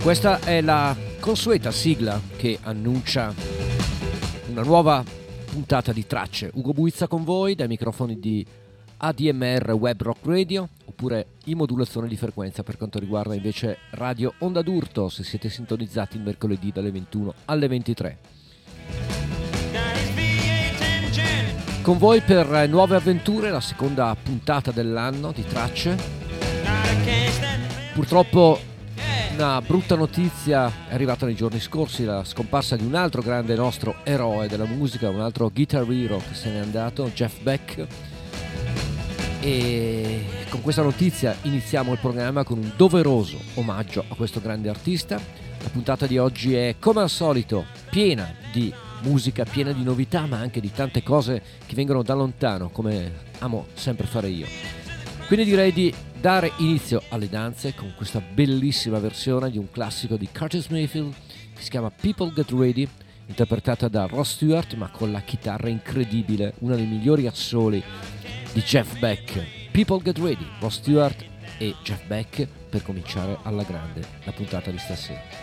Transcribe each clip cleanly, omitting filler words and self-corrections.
Questa è la consueta sigla che annuncia una nuova puntata di Tracce. Ugo Buizza con voi dai microfoni di ADMR Web Rock Radio, oppure in modulazione di frequenza per quanto riguarda invece Radio Onda d'Urto, se siete sintonizzati il mercoledì dalle 21 alle 23. Con voi per nuove avventure, la seconda puntata dell'anno di Tracce. Purtroppo una brutta notizia è arrivata nei giorni scorsi, la scomparsa di un altro grande nostro eroe della musica, un altro guitar hero che se n'è andato, Jeff Beck. E con questa notizia iniziamo il programma con un doveroso omaggio a questo grande artista. La puntata di oggi è, come al solito, piena di musica, piena di novità, ma anche di tante cose che vengono da lontano, come amo sempre fare io. Quindi direi di dare inizio alle danze con questa bellissima versione di un classico di Curtis Mayfield che si chiama People Get Ready, interpretata da Ross Stewart, ma con la chitarra incredibile, uno dei migliori assoli di Jeff Beck. People Get Ready, Ross Stewart e Jeff Beck per cominciare alla grande la puntata di stasera.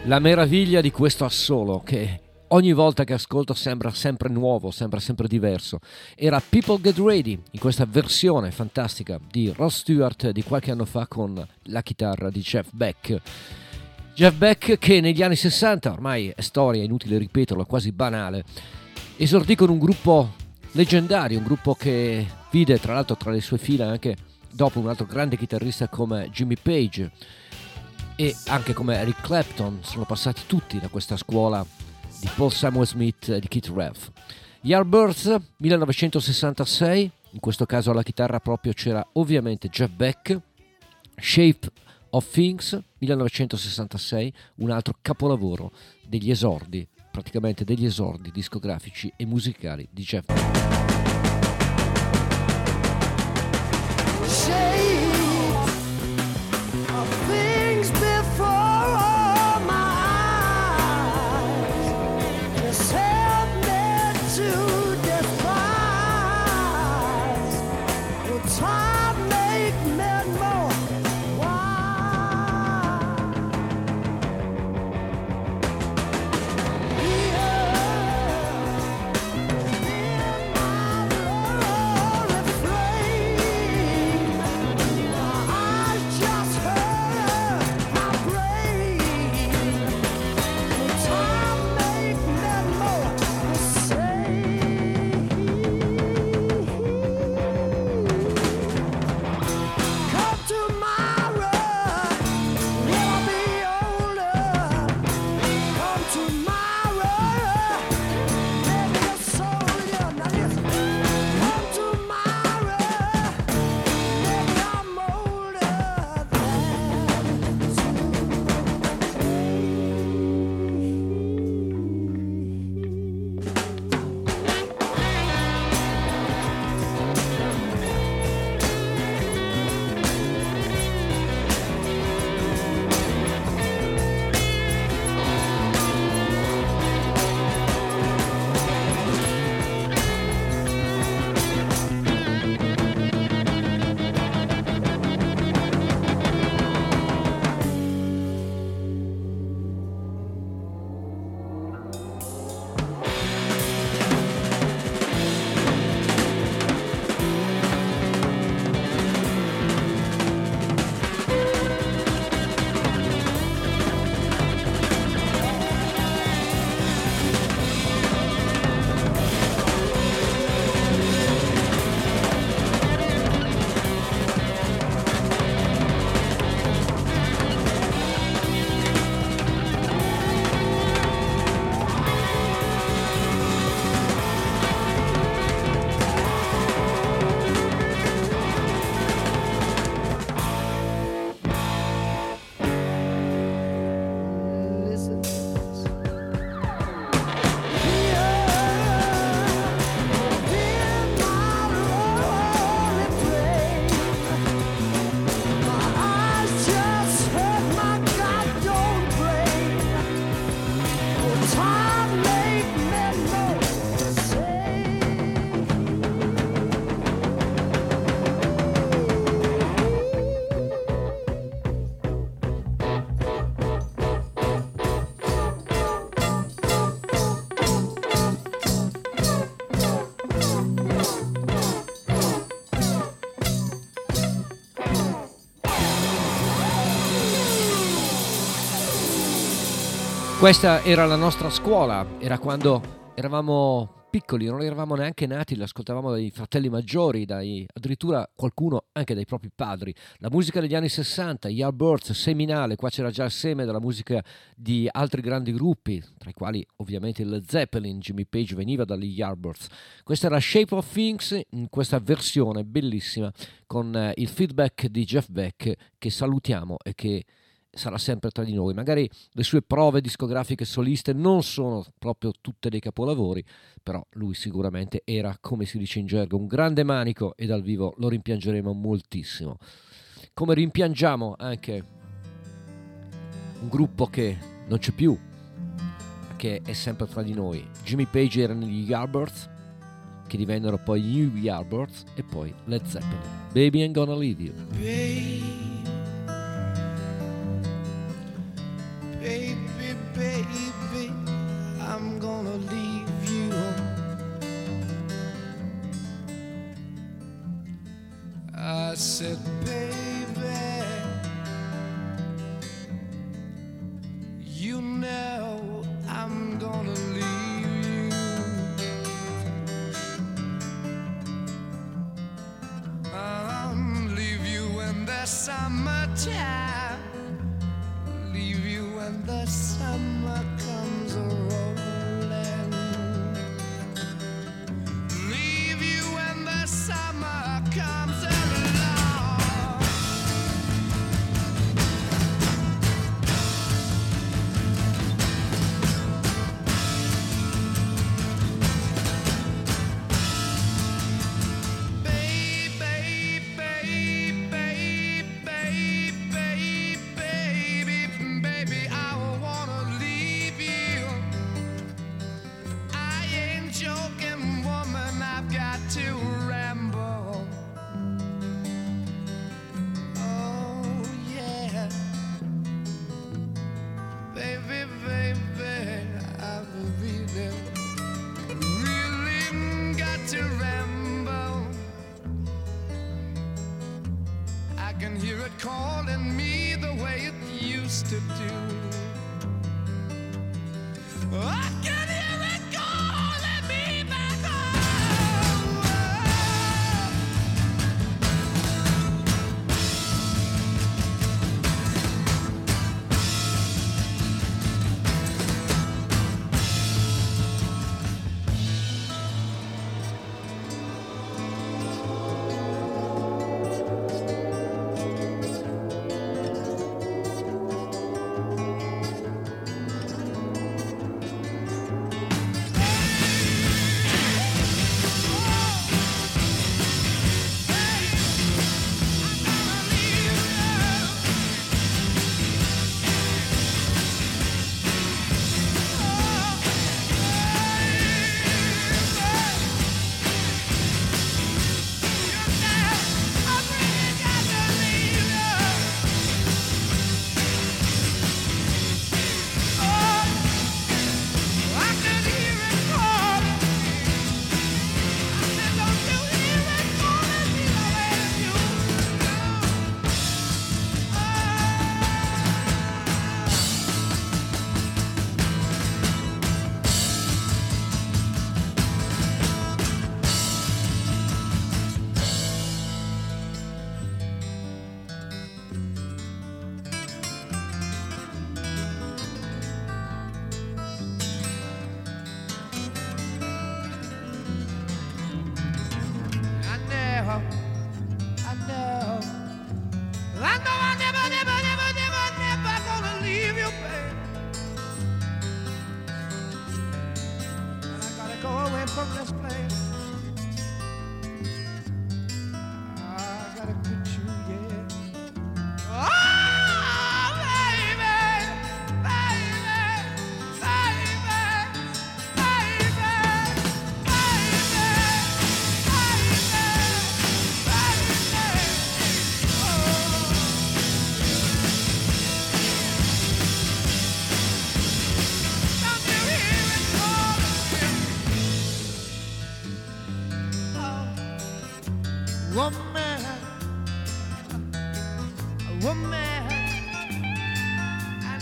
La meraviglia di questo assolo che ogni volta che ascolto sembra sempre nuovo, sembra sempre diverso. Era People Get Ready in questa versione fantastica di Rod Stewart di qualche anno fa con la chitarra di Jeff Beck. Jeff Beck che negli anni 60, ormai è storia, è inutile ripeterlo, quasi banale, esordì con un gruppo leggendario, un gruppo che vide tra l'altro tra le sue fila anche dopo un altro grande chitarrista come Jimmy Page e anche come Eric Clapton. Sono passati tutti da questa scuola di Paul Samuel Smith e di Keith Relf. Yardbirds 1966, in questo caso alla chitarra proprio c'era ovviamente Jeff Beck. Shape of Things 1966, un altro capolavoro degli esordi, praticamente degli esordi discografici e musicali di Jeff Beck. Questa era la nostra scuola, era quando eravamo piccoli, non eravamo neanche nati, l'ascoltavamo dai fratelli maggiori, addirittura qualcuno anche dai propri padri. La musica degli anni 60, Yardbirds, seminale, qua c'era già il seme della musica di altri grandi gruppi, tra i quali ovviamente il Led Zeppelin. Jimmy Page veniva dagli Yardbirds. Questa era Shape of Things in questa versione bellissima con il feedback di Jeff Beck, che salutiamo e che sarà sempre tra di noi. Magari le sue prove discografiche soliste non sono proprio tutte dei capolavori, però lui sicuramente era, come si dice in gergo, un grande manico e dal vivo lo rimpiangeremo moltissimo. Come rimpiangiamo anche un gruppo che non c'è più, che è sempre tra di noi. Jimmy Page era negli Yardbirds, che divennero poi New Yardbirds, e poi Led Zeppelin. Baby, I'm Gonna Leave You. Baby, said, baby, you know I'm gonna leave you. Leave you in the summertime, leave you when the summer comes rolling, leave you when the summer comes along. Baby, I wanna leave you. I ain't joking, woman, I've got to ramble. Oh, yeah. Baby, I've really got to ramble. I can hear it calling me the way it used to do. I can hear it calling me back home. Never gonna leave you, babe. And I gotta go away from this place. I gotta quit you, yeah. Oh, baby, baby, woman, I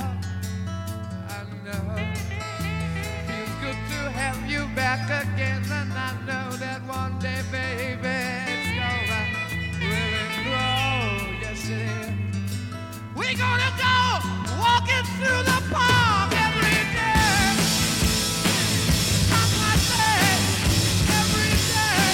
know, feels good to have you back again, and I know that one day, baby, it's gonna really grow, yes it is. We're gonna go walking through the park every day, I say, every day.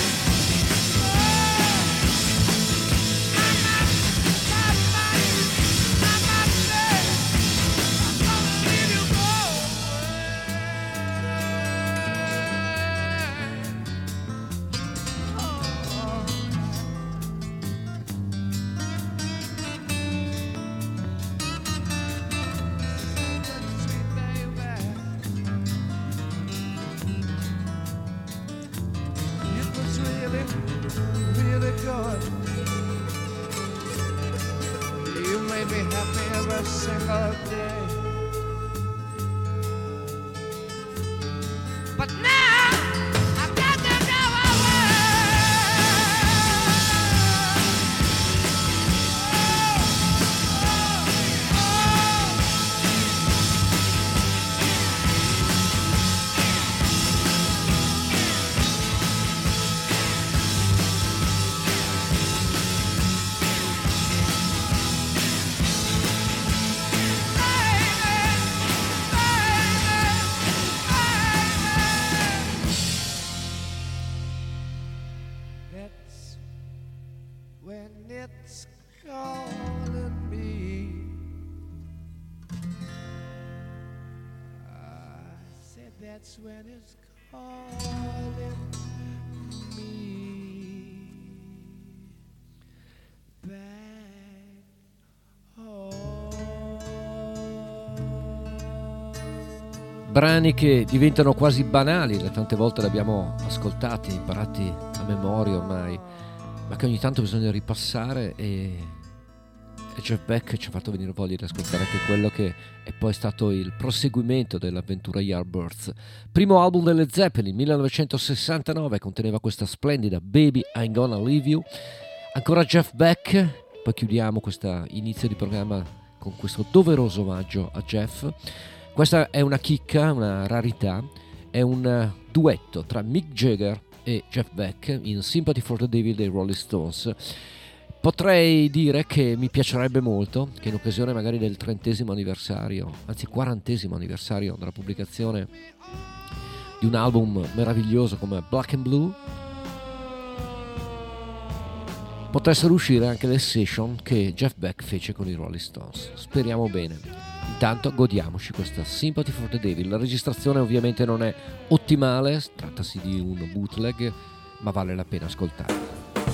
Really good. You made me happy every single day. But now I've got to go away. That's when it's calling me back home. Brani che diventano quasi banali, tante volte li abbiamo ascoltati, imparati a memoria ormai, ma che ogni tanto bisogna ripassare, e Jeff Beck ci ha fatto venire voglia di ascoltare anche quello che è poi stato il proseguimento dell'avventura Yardbirds. Primo album delle Zeppelin, 1969, conteneva questa splendida Baby I'm Gonna Leave You. Ancora Jeff Beck, poi chiudiamo questo inizio di programma con questo doveroso omaggio a Jeff. Questa è una chicca, una rarità, è un duetto tra Mick Jagger e Jeff Beck in Sympathy for the Devil dei Rolling Stones. Potrei dire che mi piacerebbe molto che in occasione magari del 30° anniversario, anzi 40° anniversario della pubblicazione di un album meraviglioso come Black and Blue, potessero uscire anche le session che Jeff Beck fece con i Rolling Stones. Speriamo bene. Intanto godiamoci questa Sympathy for the Devil. La registrazione ovviamente non è ottimale, trattasi di un bootleg, ma vale la pena ascoltarla.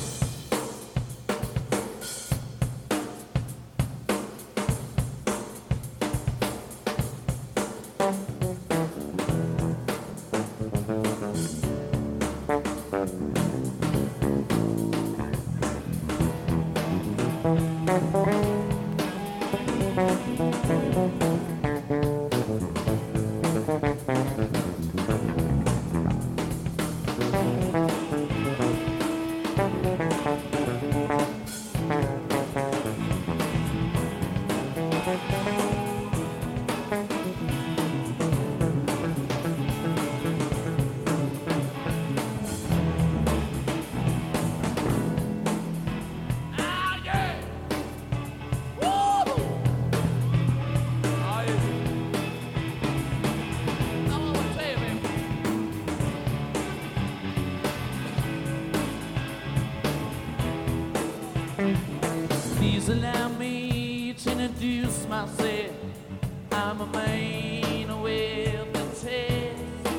Allow me to introduce myself. I'm a man with a test.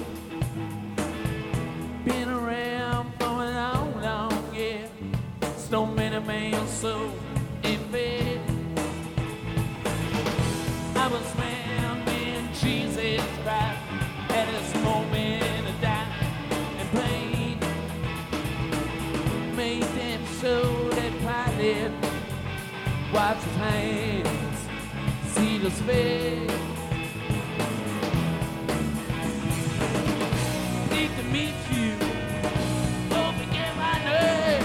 Been around for a long, long, yeah. So many men so in bed. I was found in Jesus Christ at his moment of doubt and pain. Made them so that pilot watch his hands, see the space. Need to meet you, don't forget my name.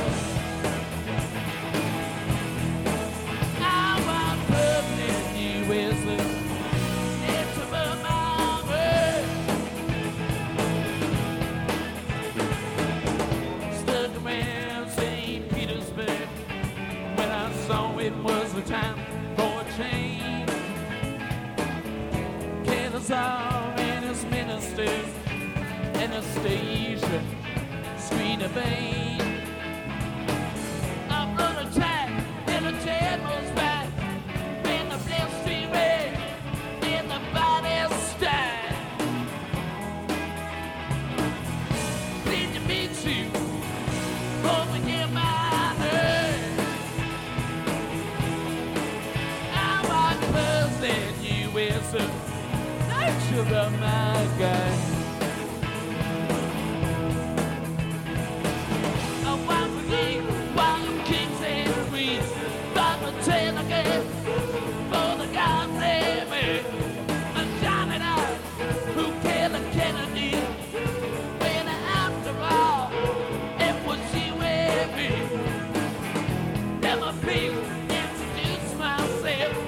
I want perfect you is the it's above my way. Stuck around St. Petersburg when I saw it was the time for a change. Kennesaw and his ministers, Anastasia, screen of pain. I brought a tie and the tables back, when the bloodstream red and the body stack. Need to meet you, don't forget my name. That you is the nature of my guy. I want to be wild kings and queens, but the tail again for the God save me. A shining eye who killed a Kennedy. When after all, it was you and me. Never be introduce myself.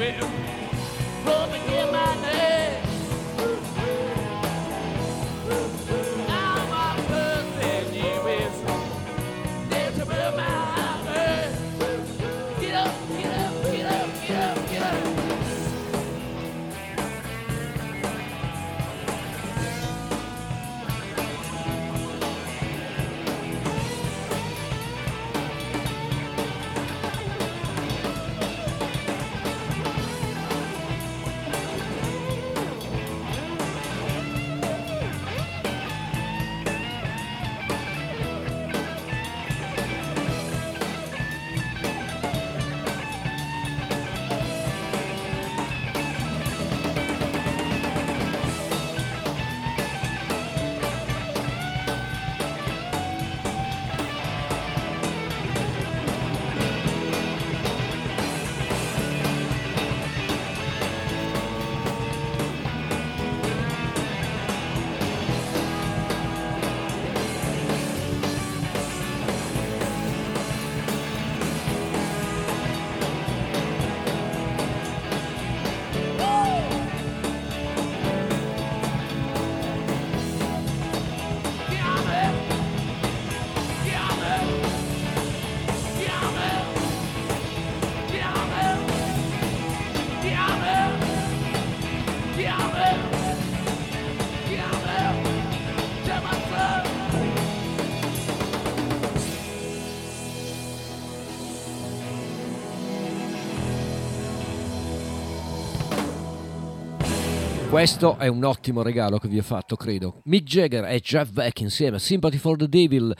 Questo è un ottimo regalo che vi ho fatto, credo. Mick Jagger e Jeff Beck insieme, Sympathy for the Devil.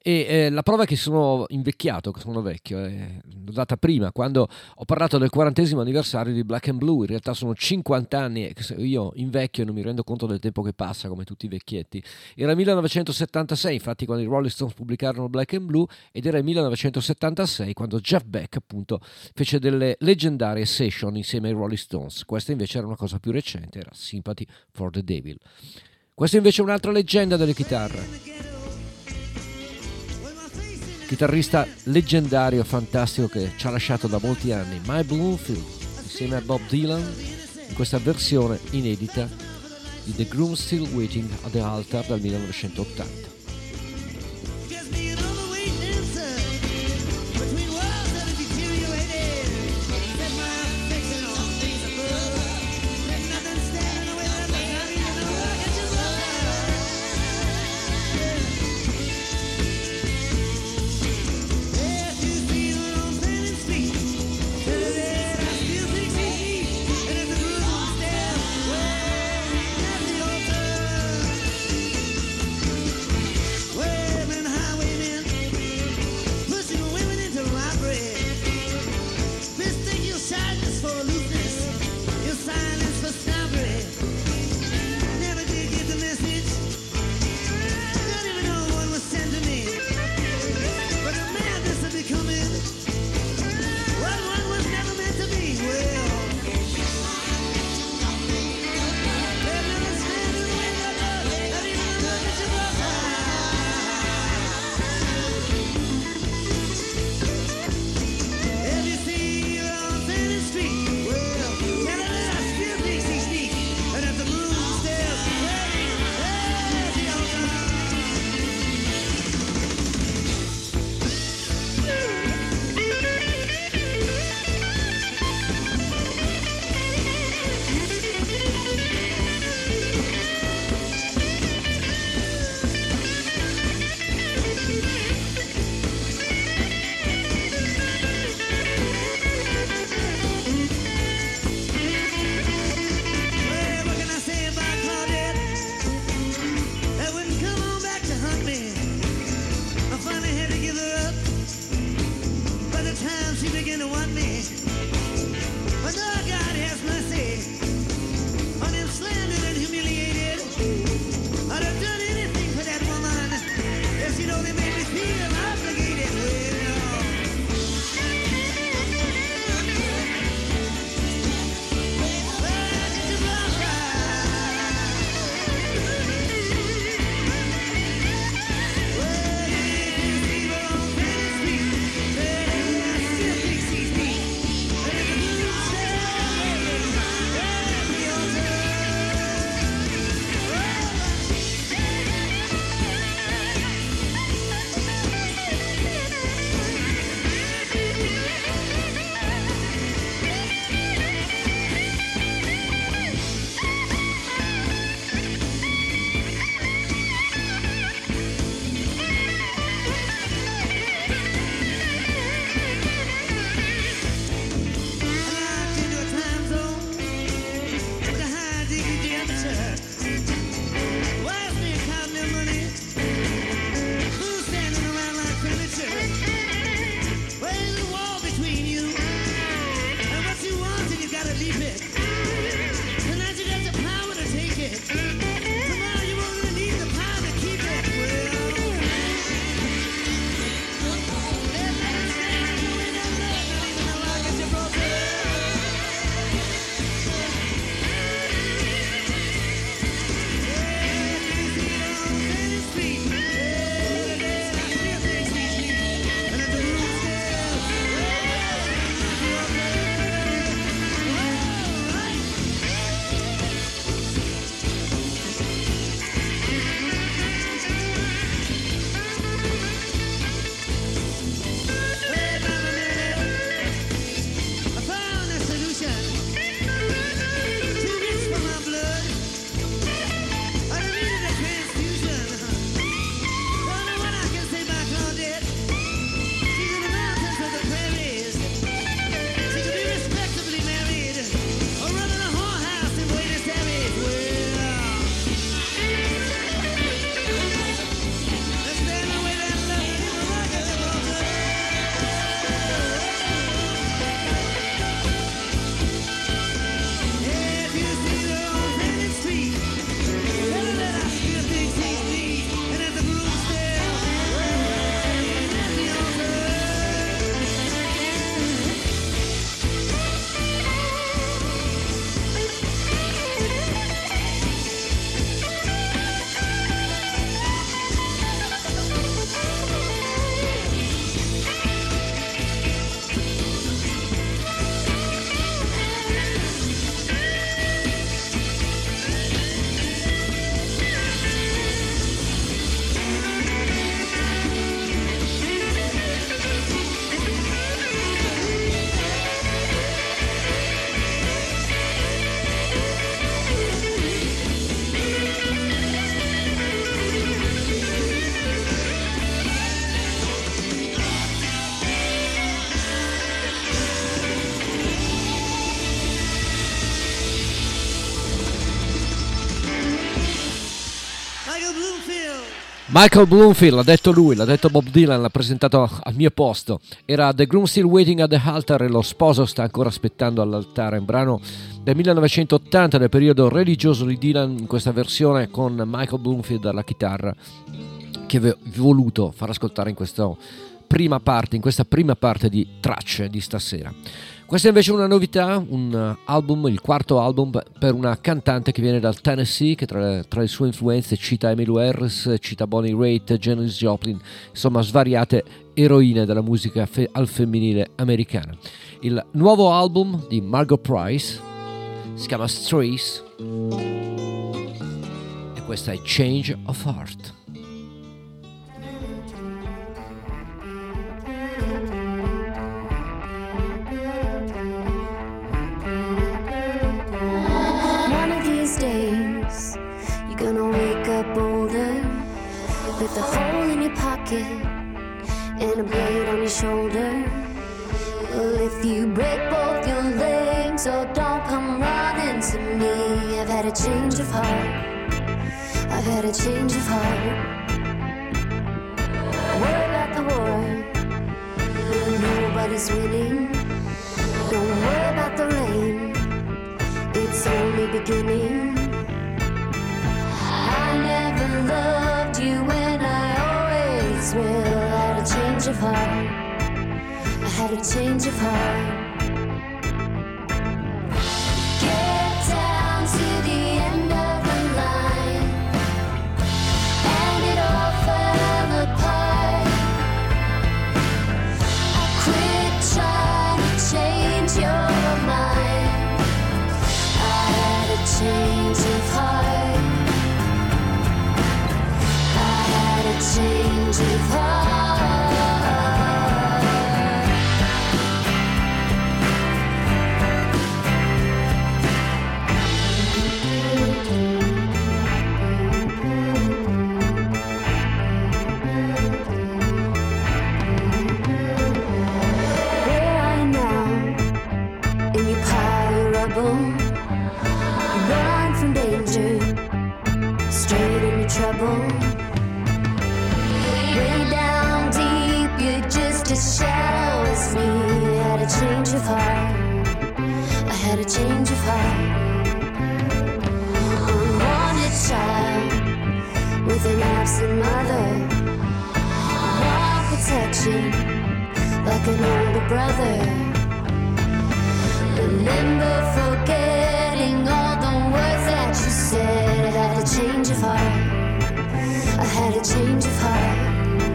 E la prova è che sono invecchiato, che sono vecchio. L'ho data prima, quando ho parlato del 40° anniversario di Black and Blue. In realtà sono 50 anni e io invecchio e non mi rendo conto del tempo che passa, come tutti i vecchietti. Era 1976, infatti, quando i Rolling Stones pubblicarono Black and Blue, ed era il 1976 quando Jeff Beck, appunto, fece delle leggendarie session insieme ai Rolling Stones. Questa invece era una cosa più recente, era Sympathy for the Devil. Questa invece è un'altra leggenda delle chitarre, chitarrista leggendario, fantastico, che ci ha lasciato da molti anni, Mike Bloomfield, insieme a Bob Dylan, in questa versione inedita di The Groom Still Waiting at the Altar dal 1980. Michael Bloomfield, l'ha detto lui, l'ha detto Bob Dylan, l'ha presentato al mio posto. Era The Groom Still Waiting at the Altar e lo sposo sta ancora aspettando all'altare, un brano del 1980 del periodo religioso di Dylan, in questa versione con Michael Bloomfield alla chitarra, che vi ho voluto far ascoltare in questa prima parte di tracce di stasera. Questa è invece una novità, un album, il quarto album per una cantante che viene dal Tennessee, che tra le sue influenze cita Emmylou Harris, cita Bonnie Raitt, Janis Joplin, insomma svariate eroine della musica al femminile americana. Il nuovo album di Margot Price si chiama Strays e questa è Change of Heart. Gonna wake up older with a hole in your pocket and a blade on your shoulder. Well, if you break both your legs, oh, don't come running to me. I've had a change of heart. I've had a change of heart. Worry about the war. Nobody's winning. Don't worry about the rain. It's only beginning. I never loved you and I always will. I had a change of heart. I had a change of heart. Get down to the end of the line and it all fell apart. I quit trying to change your mind. I had a change of heart. Change of heart. Where are you now? In your pile of rubble. Run from danger. Straight into trouble. Way down deep, you're just as shallow as me. I had a change of heart. I had a change of heart. Unwanted child with an absent mother. Want protection like an older brother. Remember forgetting all the words that you said. I had a change of heart. I had a change of heart.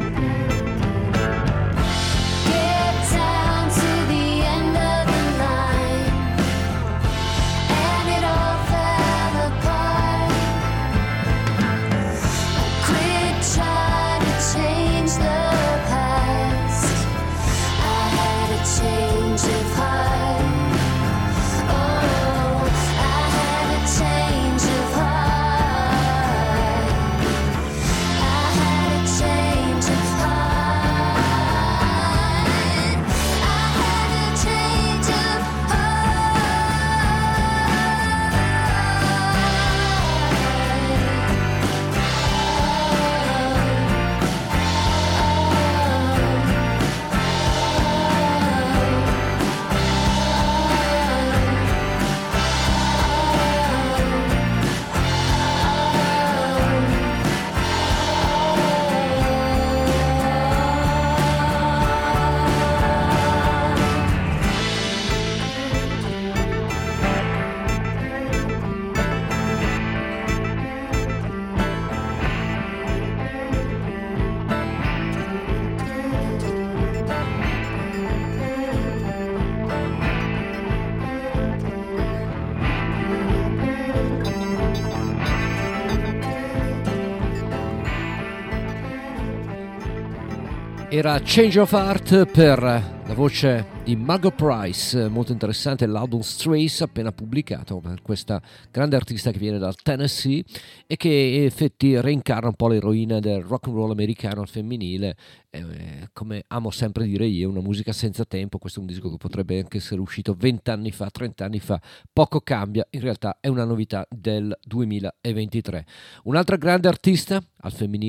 Era Change of Heart per la voce di Margot Price, molto interessante l'album Strays appena pubblicato per questa grande artista che viene dal Tennessee e che in effetti reincarna un po' l'eroina del rock and roll americano al femminile, come amo sempre dire io, una musica senza tempo. Questo è un disco che potrebbe anche essere uscito 20 anni fa, 30 anni fa, poco cambia, in realtà è una novità del 2023. Un'altra grande artista al femminile,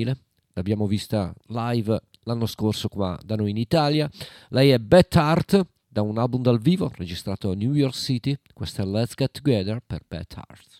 l'abbiamo vista live l'anno scorso qua da noi in Italia. Lei è Beth Hart, da un album dal vivo registrato a New York City. Questa è Let's Get Together per Beth Hart.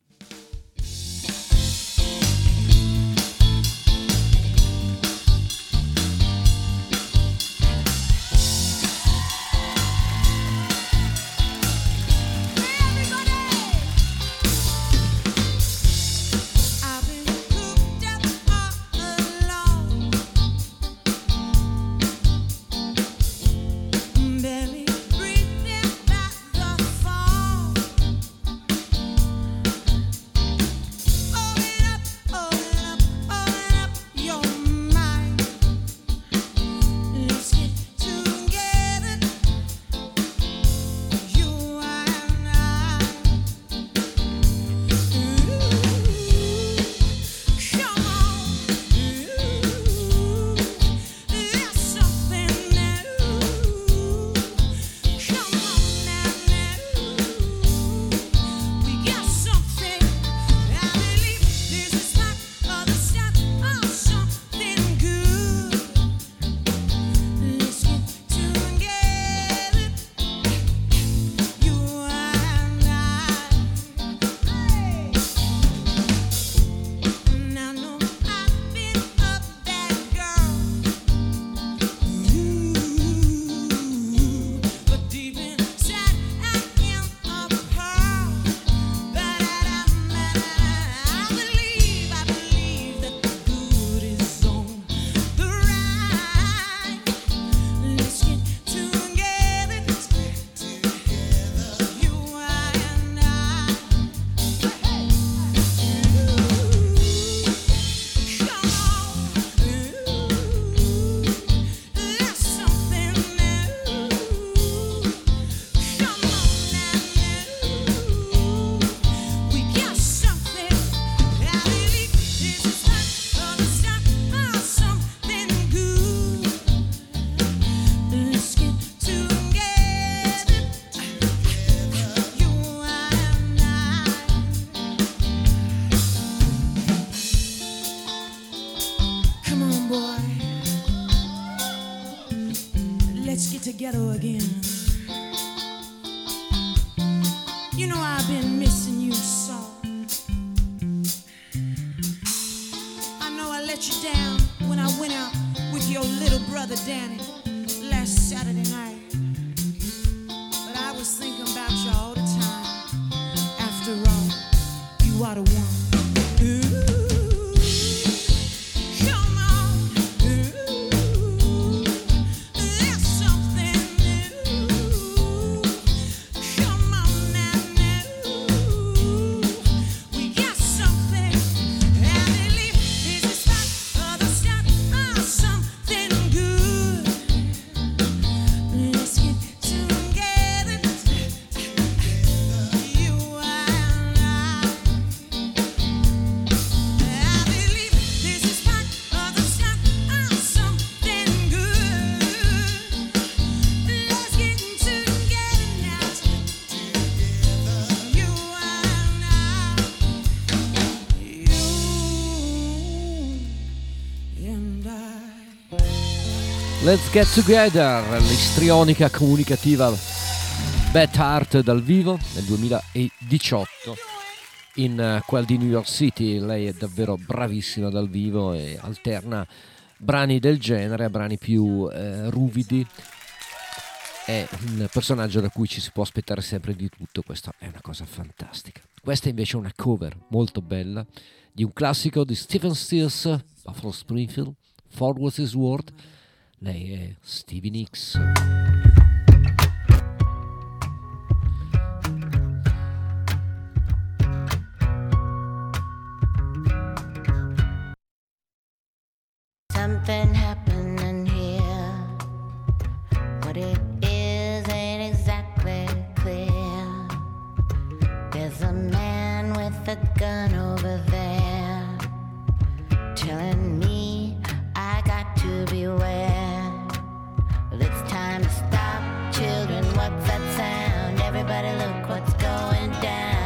Together again. You know I've been missing you so. I know I let you down when I went out with your little brother Danny last Saturday night. But I was thinking about you all the time. After all, you are the one. Let's Get Together, l'istrionica comunicativa Beth Hart dal vivo nel 2018 in quel di New York City. Lei è davvero bravissima dal vivo e alterna brani del genere a brani più ruvidi. È un personaggio da cui ci si può aspettare sempre di tutto, questa è una cosa fantastica. Questa invece è una cover molto bella di un classico di Stephen Stills, Buffalo Springfield, For Was His Word. Lei è Stevie Nicks. Something happening here. What it is ain't exactly clear. There's a man with a gun over there telling me I got to beware. Well, it's time to stop, children. What's that sound? Everybody look what's going down.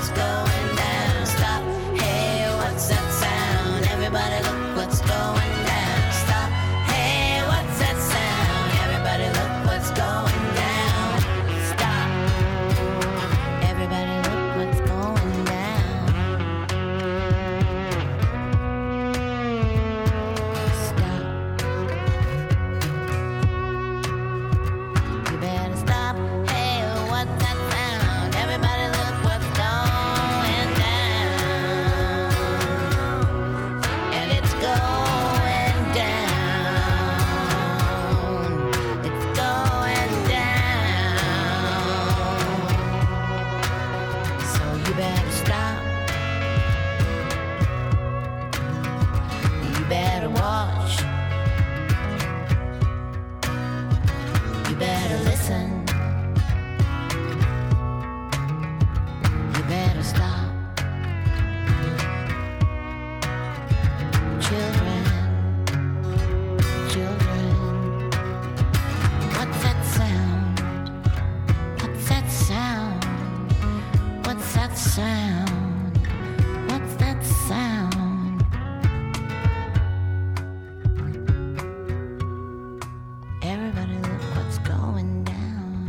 what's going down. Stop, hey, what's that sound? Everybody look what's going down. Stop, hey, what's that sound? Everybody look what's going down. Stop, everybody look what's going down. Stop, you better stop, hey, what's that sound? Everybody look what's going down. And it's going down. It's going down. So you better stop. You better watch. You better listen. You better stop. Children, children, what's that sound? What's that sound? What's that sound? What's that sound? Everybody look what's going down.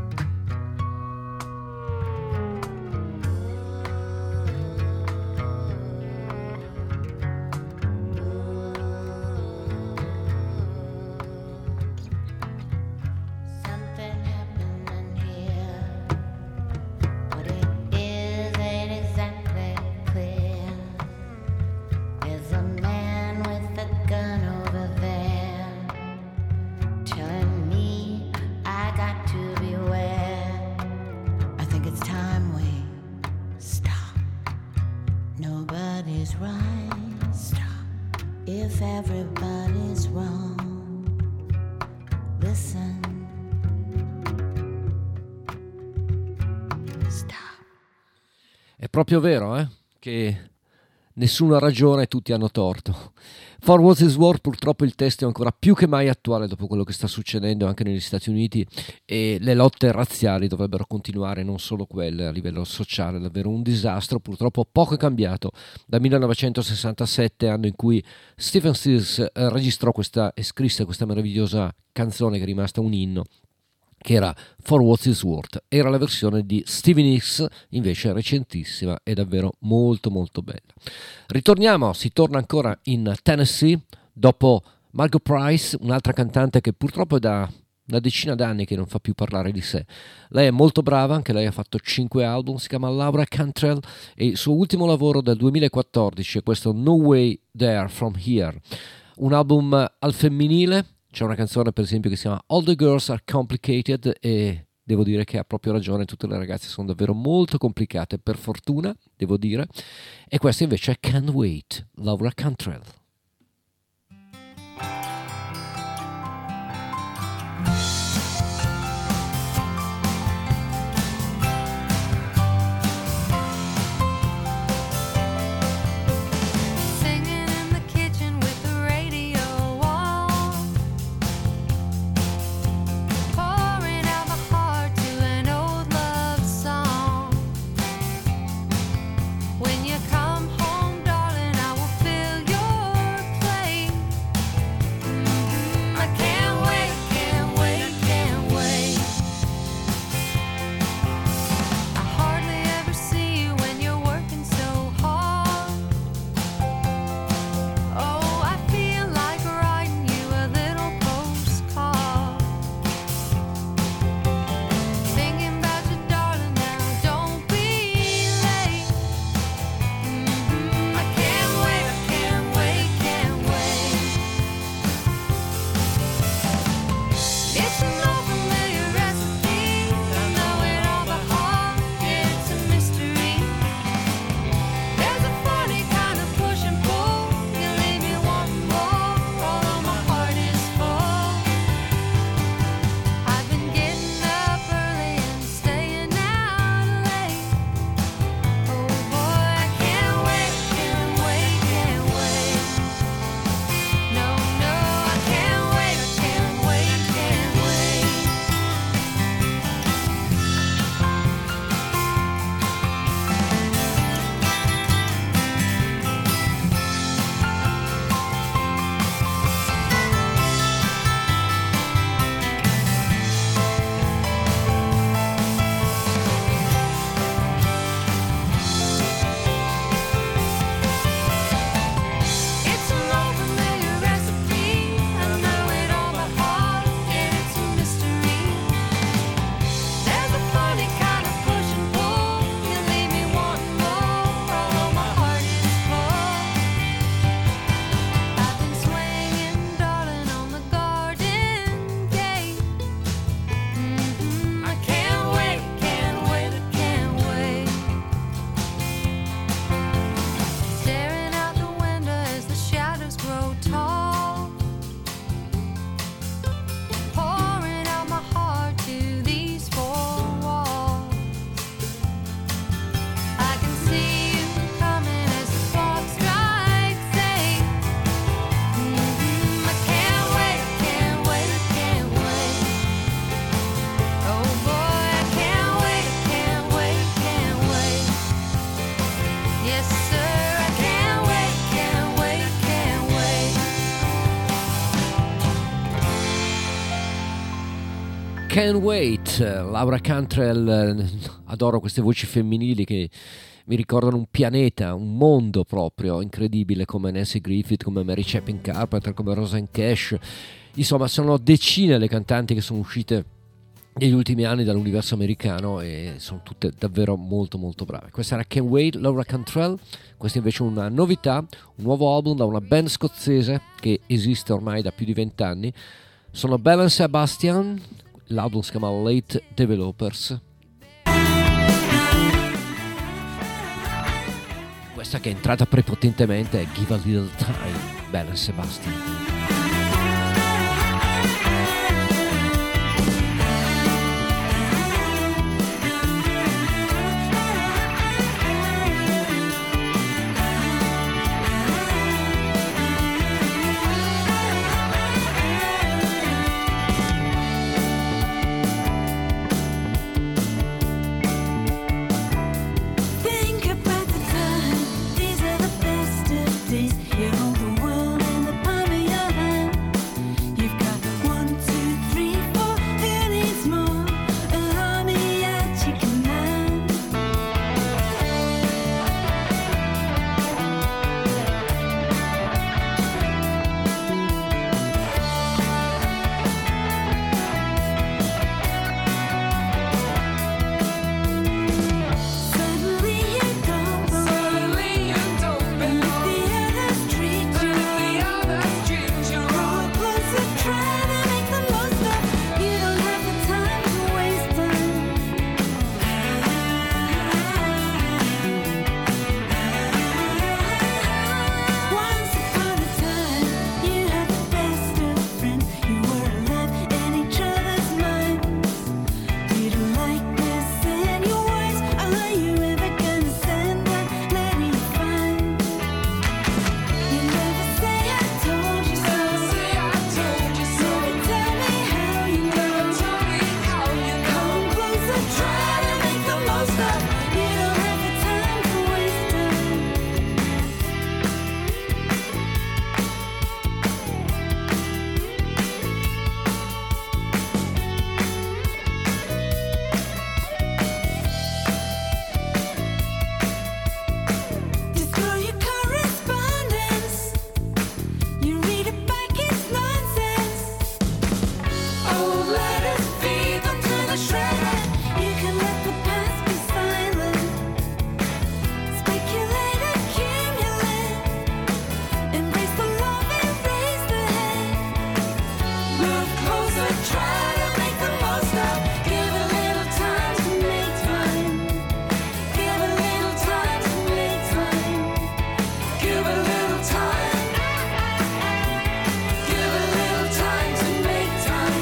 Something happening here. What it is ain't exactly clear. There's a man with a gun over there, telling me I got to beware. I think it's time we stop. Nobody's right. Stop. If everybody's wrong, listen. Stop. È proprio vero, che nessuno ha ragione e tutti hanno torto. For What Is War, purtroppo il testo è ancora più che mai attuale dopo quello che sta succedendo anche negli Stati Uniti, e le lotte razziali dovrebbero continuare, non solo quelle a livello sociale. Davvero un disastro. Purtroppo poco è cambiato da 1967, anno in cui Stephen Stills registrò e scrisse questa meravigliosa canzone che è rimasta un inno, che era For What Is Worth. Era la versione di Stevie Nicks, invece recentissima e davvero molto molto bella. Si torna ancora in Tennessee dopo Margot Price, un'altra cantante che purtroppo è da una decina d'anni che non fa più parlare di sé. Lei è molto brava, anche lei ha fatto 5 album, si chiama Laura Cantrell, e il suo ultimo lavoro del 2014 è questo No Way There From Here, un album al femminile. C'è una canzone per esempio che si chiama All the Girls Are Complicated, e devo dire che ha proprio ragione, tutte le ragazze sono davvero molto complicate, per fortuna, devo dire. E questa invece è Can't Wait, Laura Cantrell. Singing in the kitchen with the radio on, pouring out my heart to an old love song. When you come home, darling, I will fill your Can't Wait, Laura Cantrell. Adoro queste voci femminili che mi ricordano un pianeta, un mondo proprio incredibile, come Nancy Griffith, come Mary Chapin Carpenter, come Rosanne Cash. Insomma, sono decine le cantanti che sono uscite negli ultimi anni dall'universo americano e sono tutte davvero molto molto brave. Questa era Can't Wait, Laura Cantrell. Questa invece è una novità, un nuovo album da una band scozzese che esiste ormai da più di 20 anni. Sono Belle and Sebastian, l'album si chiama Late Developers. Questa che è entrata prepotentemente è Give a Little Time, Belle and Sebastian. Think about the time, these are the best of days. You hold the world in the palm of your hand. You've got 1, 2, 3, 4, who needs more? An army at your command. Suddenly you don't belong. And if the others treat you wrong, closer, try to make the most of. You don't have the time to waste time. Once upon a time, you had the best of friends. You were alive in each other's minds. You don't like this in your voice. Are you ever gonna stand that letting you find? You never say I told you so. Never tell me how you know. Come closer, try to make the most of. You don't have the time to waste time. Destroy your correspondence. You read it back, it's nonsense. Old letters feed them to the shredder. You can let the past be silent. Speculate, accumulate. Embrace the love, erase the hate. Move closer, try to make the most of. Give a little time to make time. Give a little time to make time. Give a little time. Give a little time to make time.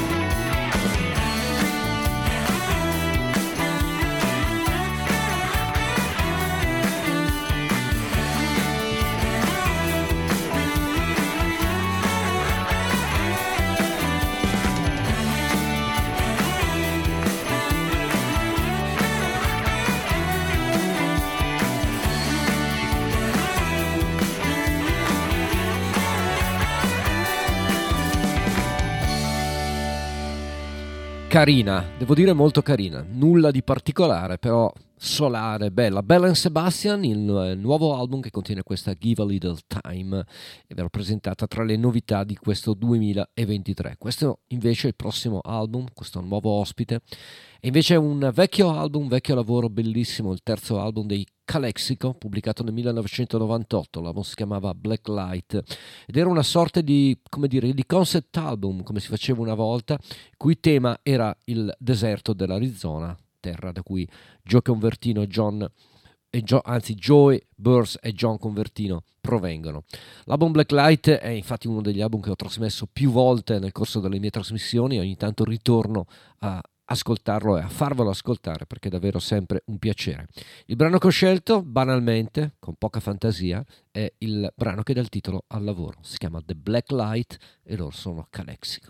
Carina, devo dire molto carina, nulla di particolare, però solare, bella. Belle and Sebastian, il nuovo album che contiene questa Give a Little Time, e ve l'ho presentata tra le novità di questo 2023. Questo invece è il prossimo album, questo nuovo ospite, e invece è un vecchio album, un vecchio lavoro bellissimo, il terzo album dei Calexico, pubblicato nel 1998. L'album si chiamava Black Light ed era una sorta di, come dire, di concept album, come si faceva una volta, cui tema era il deserto dell'Arizona, terra da cui Joe Convertino e Joey Burrs e John Convertino provengono. L'album Black Light è infatti uno degli album che ho trasmesso più volte nel corso delle mie trasmissioni, ogni tanto ritorno a ascoltarlo e a farvelo ascoltare perché è davvero sempre un piacere. Il brano che ho scelto, banalmente, con poca fantasia, è il brano che dà il titolo al lavoro. Si chiama The Black Light e loro sono Calexico.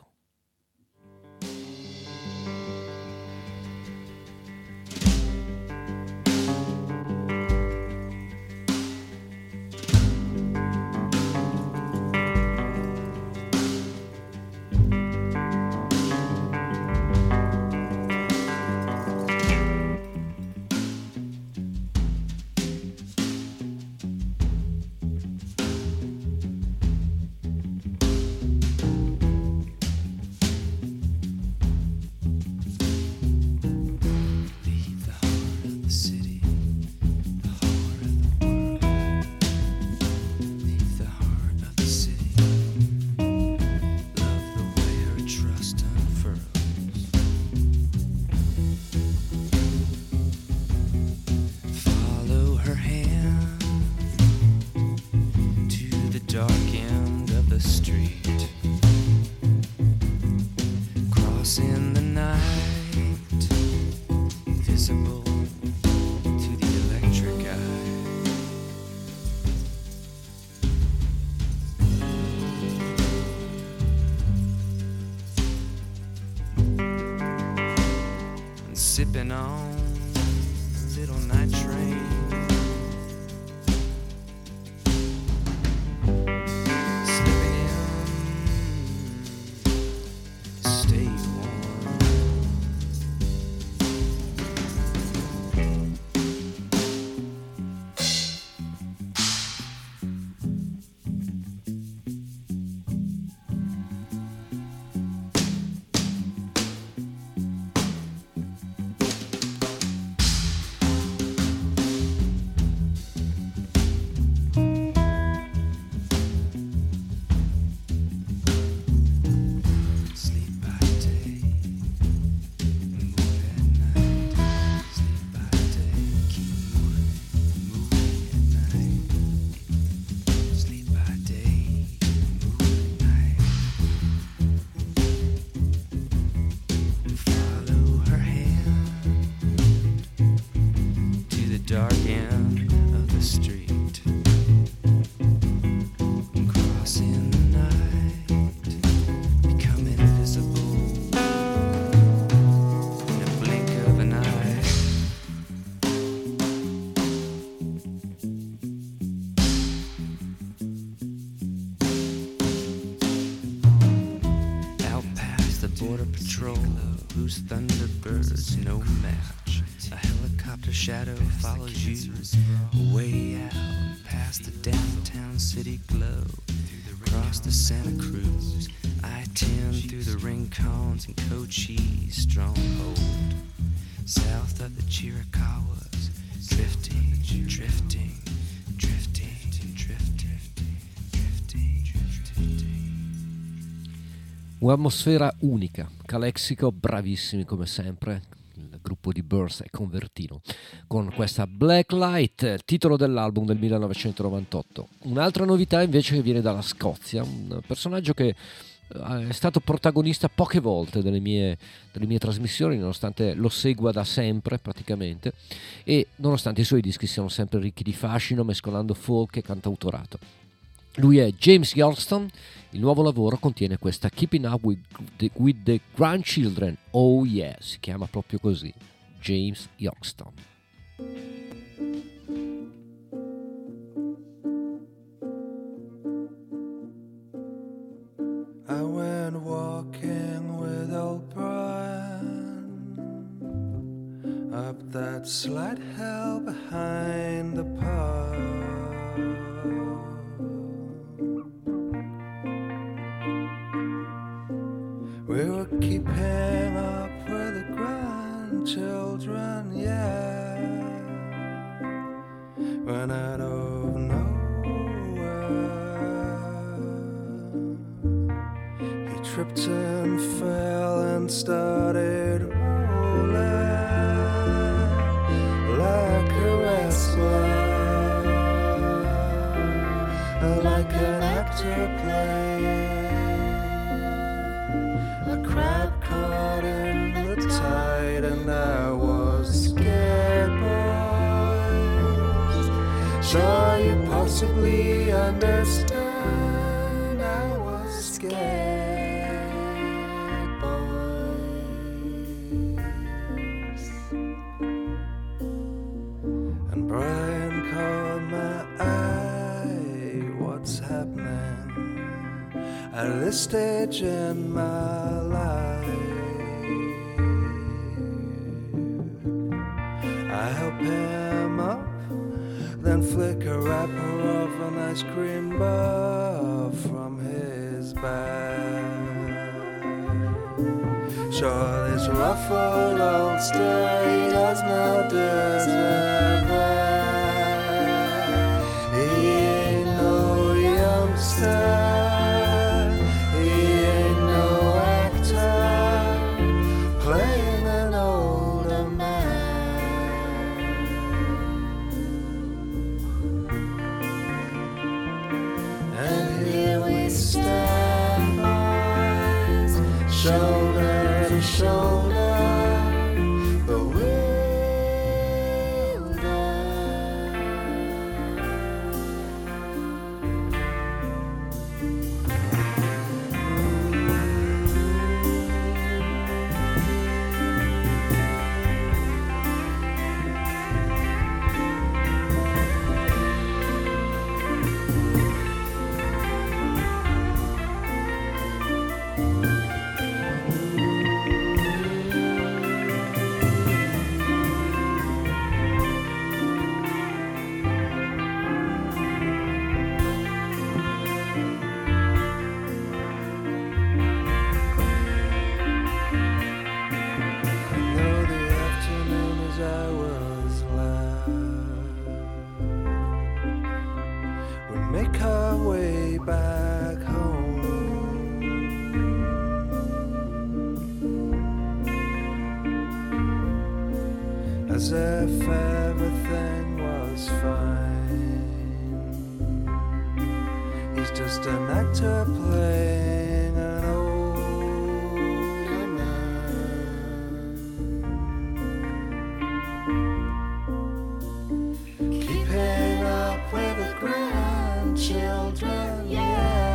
sipping on little night train. Slipping in, stay warm. Sleep by day, move at night. Sleep by day, keep moving at night. Sleep by day, move at night. Follow her hand to the dark end of the street. Crossing the night, becoming invisible in a blink of an eye. Out past the border patrol, whose thunderbirds no match. A helicopter shadow follows you way out past the downtown city glow. Across the Santa Cruz, I-10 through the Rincones and Cochise stronghold. South of the Chiricahuas, drifting, drifting, drifting, drifting, drifting, drifting. Un'atmosfera unica, Calexico bravissimi come sempre, il gruppo di Birds e Convertino, con questa Black Light, titolo dell'album del 1998. Un'altra novità invece che viene dalla Scozia, un personaggio che è stato protagonista poche volte delle mie trasmissioni, nonostante lo segua da sempre praticamente, e nonostante i suoi dischi siano sempre ricchi di fascino, mescolando folk e cantautorato. Lui è James Yorkston. Il nuovo lavoro contiene questa Keeping Up with the Grandchildren. Oh yeah, si chiama proprio così, James Yorkston. I went walking with old Brian up that slight hill behind the park. We were keeping up with the grandchildren, yeah. When out of nowhere he tripped and fell and started rolling like a wrestler, like an actor playing a crab caught in the tide, and I was scared, boys. So you possibly understand, I was scared, boys. And Brian caught my eye, what's happening at this stage in my life? I help him up, then flick a wrapper of an ice cream bar from his back. Sure, this ruffled old star, he does not deserve that. He ain't no youngster. Shoulder to shoulder, way back home. As if everything was fine. He's just an actor playing an older man. Keeping up with the grandchildren, yeah.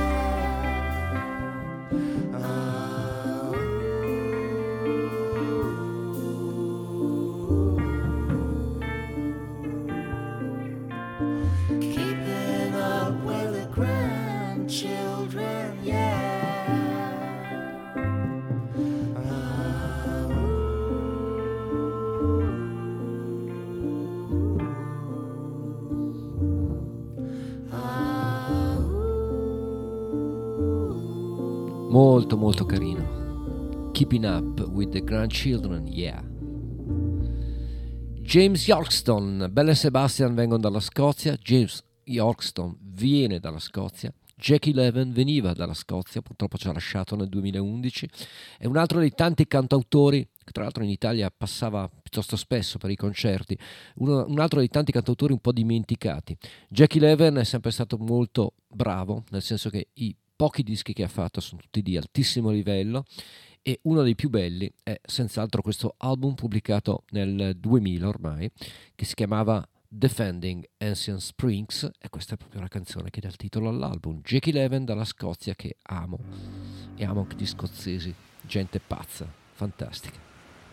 Keeping up with the grandchildren, yeah. Molto molto carino. Keeping Up with the Grandchildren, yeah. James Yorkston, Belle e Sebastian vengono dalla Scozia. James Yorkston viene dalla Scozia. Jackie Leven veniva dalla Scozia, purtroppo ci ha lasciato nel 2011. È un altro dei tanti cantautori che tra l'altro in Italia passava piuttosto spesso per i concerti, un altro dei tanti cantautori un po' dimenticati. Jackie Leven è sempre stato molto bravo, nel senso che i pochi dischi che ha fatto sono tutti di altissimo livello, e uno dei più belli è senz'altro questo album pubblicato nel 2000 ormai, che si chiamava Defending Ancient Springs, e questa è proprio la canzone che dà il titolo all'album. Jackie Leven dalla Scozia, che amo, e amo anche gli scozzesi, gente pazza, fantastica.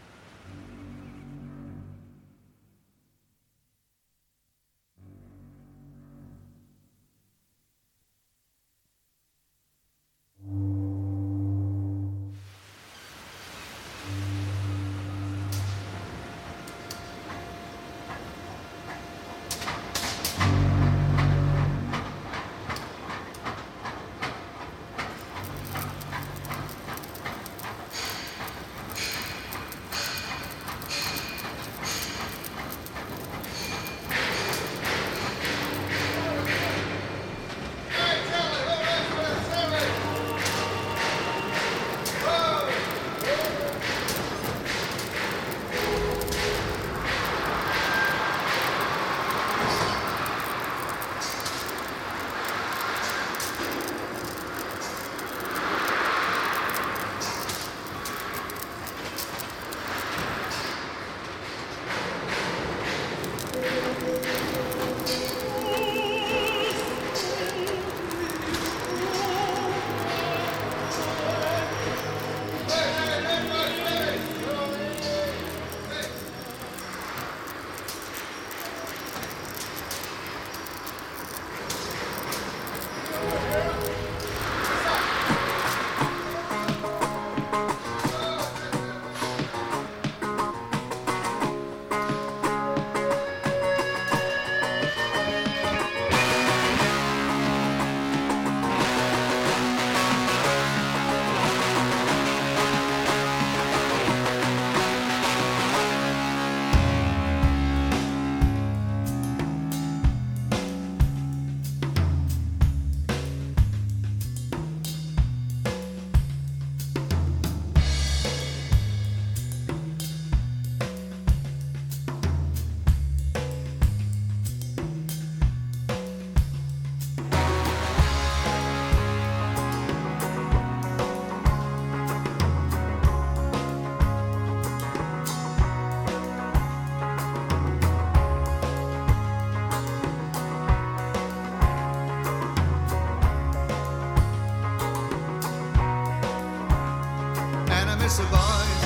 miss the boys,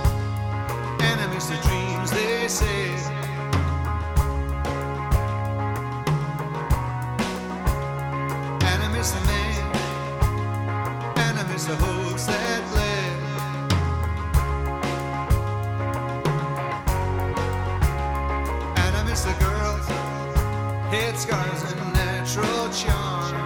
and I miss the dreams they say. And I miss the man, and I miss the hopes that led. And I miss the girls, head scars and natural charm.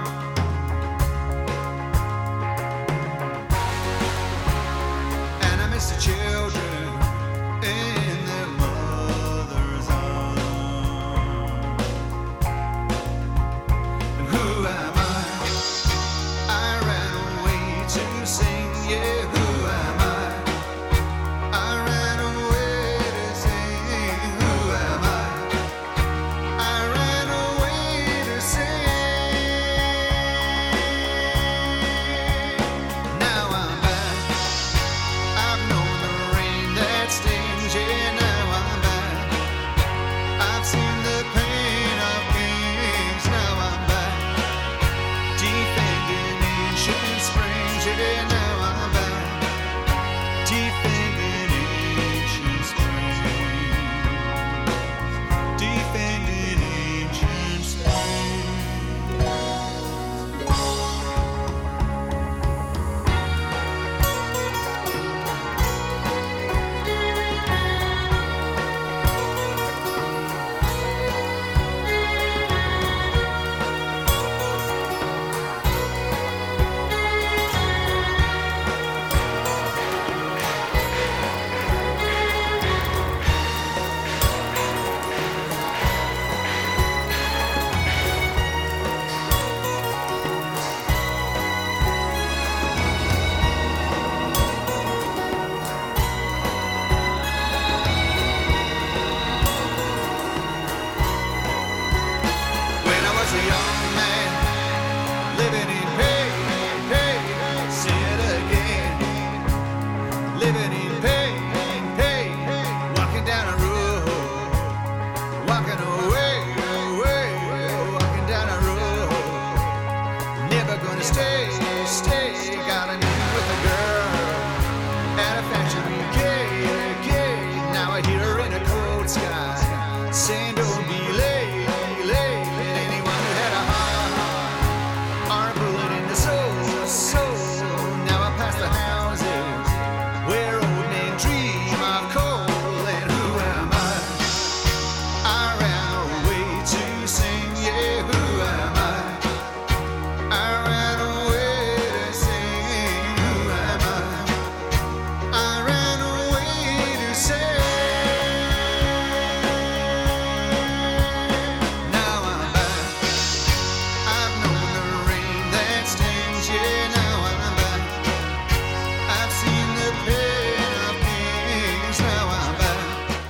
The children in their mother's arms. And who am I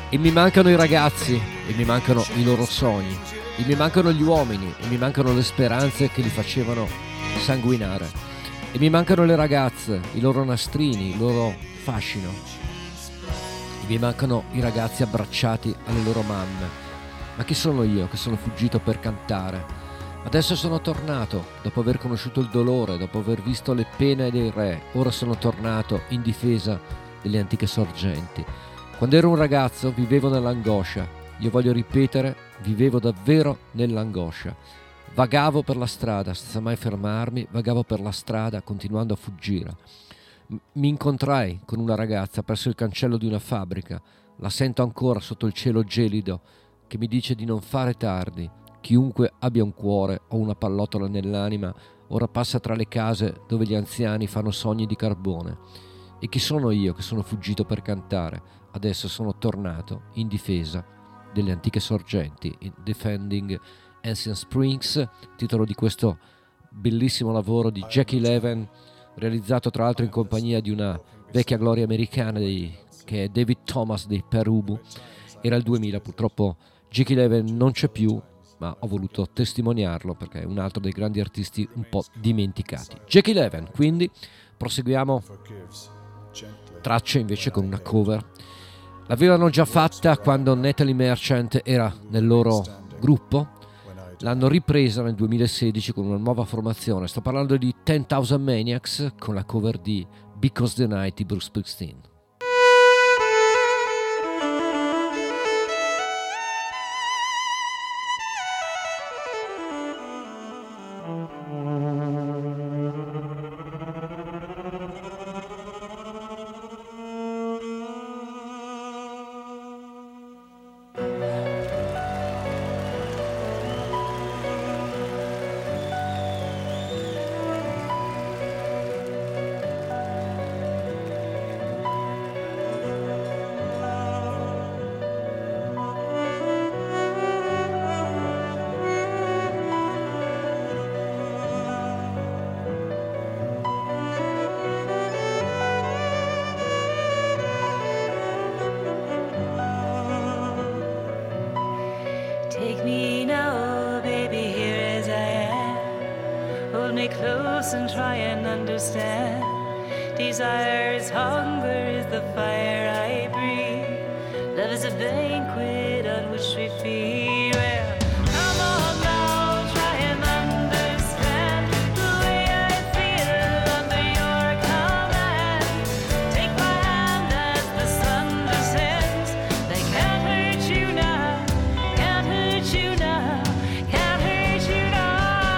E mi mancano i ragazzi, e mi mancano i loro sogni, e mi mancano gli uomini, e mi mancano le speranze che li facevano sanguinare. E mi mancano le ragazze, i loro nastrini, il loro fascino. E mi mancano i ragazzi abbracciati alle loro mamme. Ma chi sono io che sono fuggito per cantare? Adesso sono tornato, dopo aver conosciuto il dolore, dopo aver visto le pene dei re. Ora sono tornato in difesa delle antiche sorgenti. Quando ero un ragazzo vivevo nell'angoscia. Io voglio ripetere, vivevo davvero nell'angoscia. Vagavo per la strada senza mai fermarmi, vagavo per la strada continuando a fuggire. Mi incontrai con una ragazza presso il cancello di una fabbrica. La sento ancora sotto il cielo gelido che mi dice di non fare tardi. Chiunque abbia un cuore o una pallottola nell'anima ora passa tra le case dove gli anziani fanno sogni di carbone. E chi sono io che sono fuggito per cantare? Adesso sono tornato in difesa delle antiche sorgenti, in Defending Ancient Springs, titolo di questo bellissimo lavoro di Jackie Leven, realizzato tra l'altro in compagnia di una vecchia gloria americana che è David Thomas dei Perubu. Era il 2000, purtroppo Jackie Leven non c'è più, ma ho voluto testimoniarlo perché è un altro dei grandi artisti un po' dimenticati. Jackie Leven, quindi proseguiamo tracce invece con una cover. L'avevano già fatta quando Natalie Merchant era nel loro gruppo, l'hanno ripresa nel 2016 con una nuova formazione. Sto parlando di 10,000 Maniacs con la cover di Because the Night di Bruce Springsteen. Take me now, baby, here as I am. Hold me close and try and understand. Desire is hunger, is the fire I breathe. Love is a banquet on which we feed. Well, come on now, try and understand the way I feel under your command. Take my hand as the sun descends. They can't hurt you now, can't hurt you now, can't hurt you now.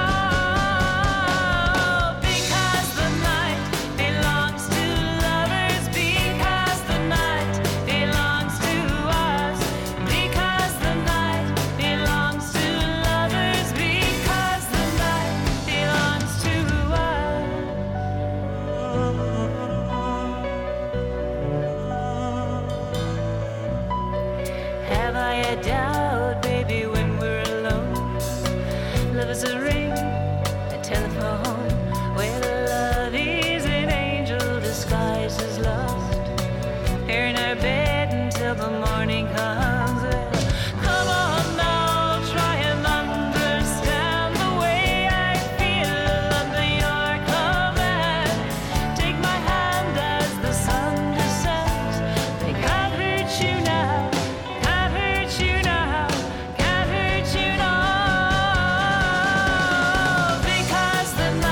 Because the night belongs to lovers, because the night belongs to us. Because the night belongs to lovers, because the night belongs to us. Have I a doubt, baby, when we're alone? Love is a ring, a telephone, where love is an angel disguised as lost. Here in our bed until the morning comes. Well, come on now, try and understand the way I feel under your command. Take my hand as the sun descends. They can't hurt you now, can't hurt you now, can't hurt you now. Because the night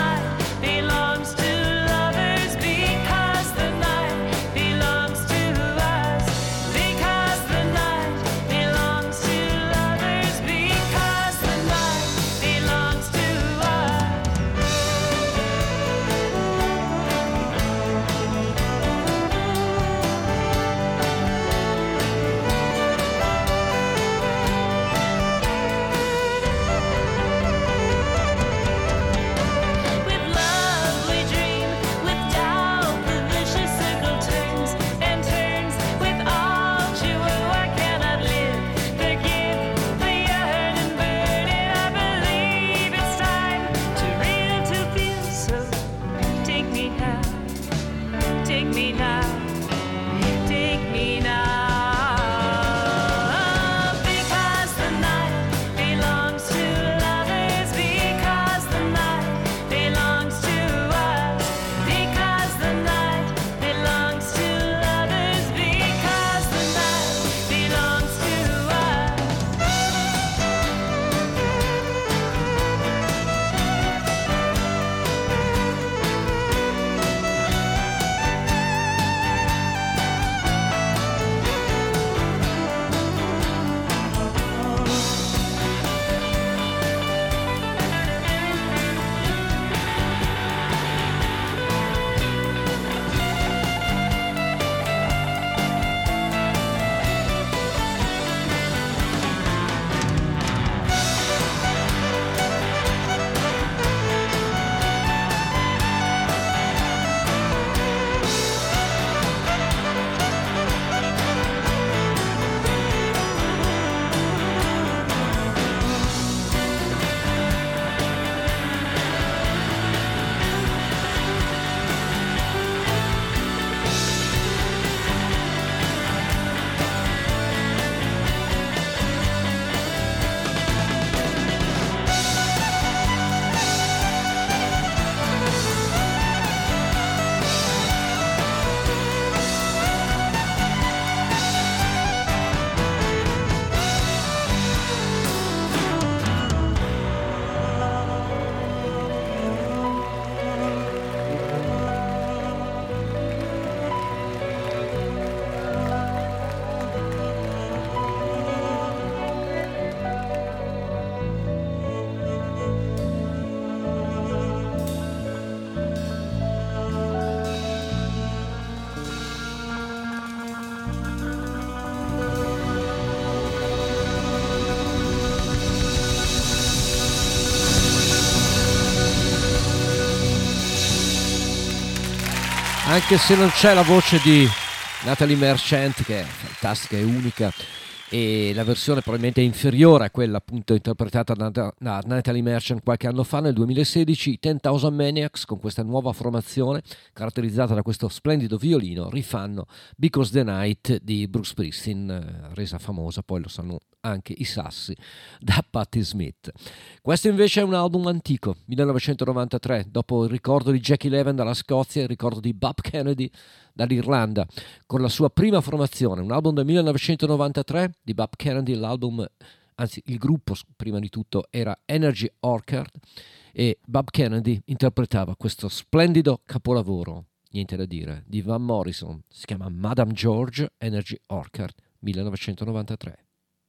Anche se non c'è la voce di Natalie Merchant, che è fantastica e unica, e la versione probabilmente è inferiore a quella appunto interpretata da Natalie Merchant qualche anno fa, nel 2016, i 10,000 Maniacs, con questa nuova formazione caratterizzata da questo splendido violino, rifanno Because the Night di Bruce Springsteen, resa famosa, poi lo sanno anche i sassi, da Patti Smith. Questo invece è un album antico, 1993, dopo il ricordo di Jackie Leven dalla Scozia, il ricordo di Bob Kennedy dall'Irlanda, con la sua prima formazione, un album del 1993 di Bob Kennedy. L'album, anzi il gruppo prima di tutto, era Energy Orchard, e Bob Kennedy interpretava questo splendido capolavoro, niente da dire, di Van Morrison, si chiama Madame George, Energy Orchard, 1993.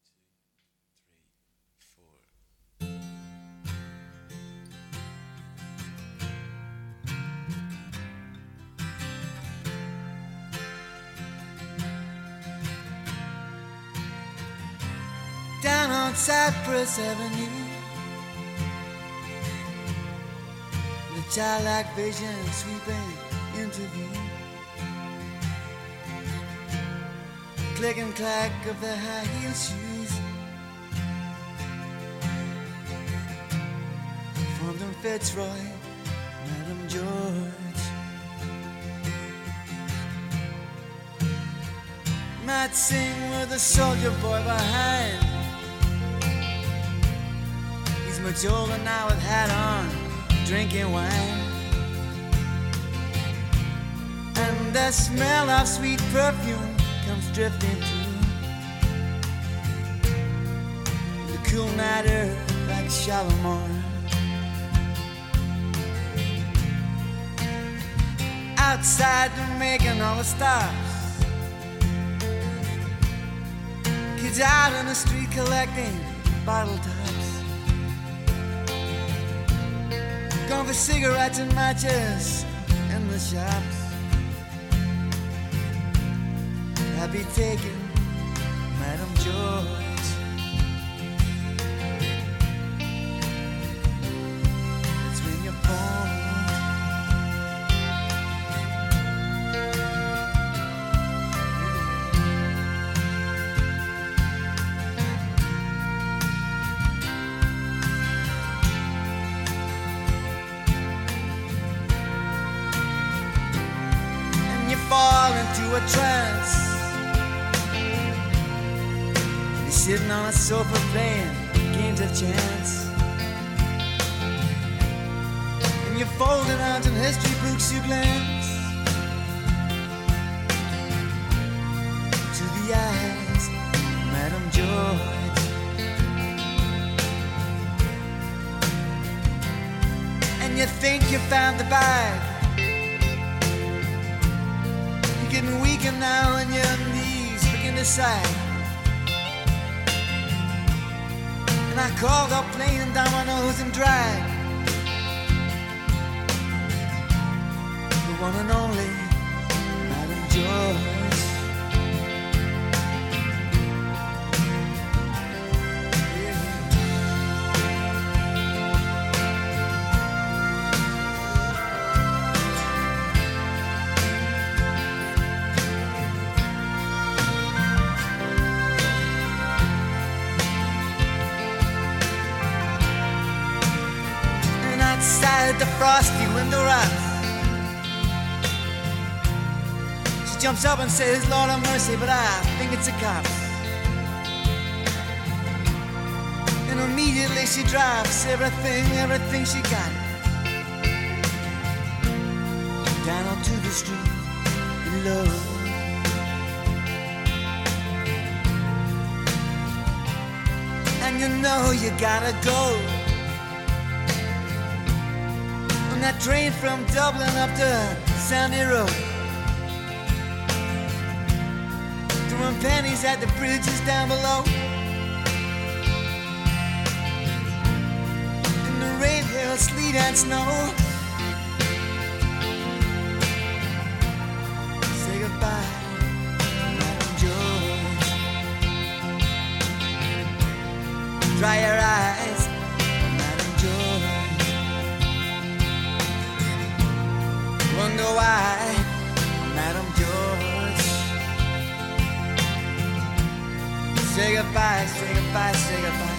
Down on Cypress Avenue, the childlike vision sweeping into view. Click and clack of the high heel shoes formed in Fitzroy, Madame George. Might sing with a soldier boy behind. Much older now with hat on, drinking wine, and the smell of sweet perfume comes drifting through the cool night air like Shalimar. Outside they're making all the stops, kids out in the street collecting bottle tops. Gone for cigarettes and matches in the shops. I'll be taking Madame George. It's when you're born. Fall into a trance. You're sitting on a sofa playing games of chance, and you're folding out in history books you glance to the eyes of Madame George, and you think you found the bag. Getting weaker now and your knees begin to sag. And I called up playing dominoes and drag the one and only Madame George. The frosty window rocks. She jumps up and says, Lord have mercy, but I think it's a cop. And immediately she drops everything she got down onto the street below. And you know you gotta go. That train from Dublin up to Sandy Road, throwing pennies at the bridges down below. In the rain, hail, sleet and snow. Say goodbye, Madame George. Dry your eyes, Madame George. Wonder why goodbye, say goodbye, say goodbye.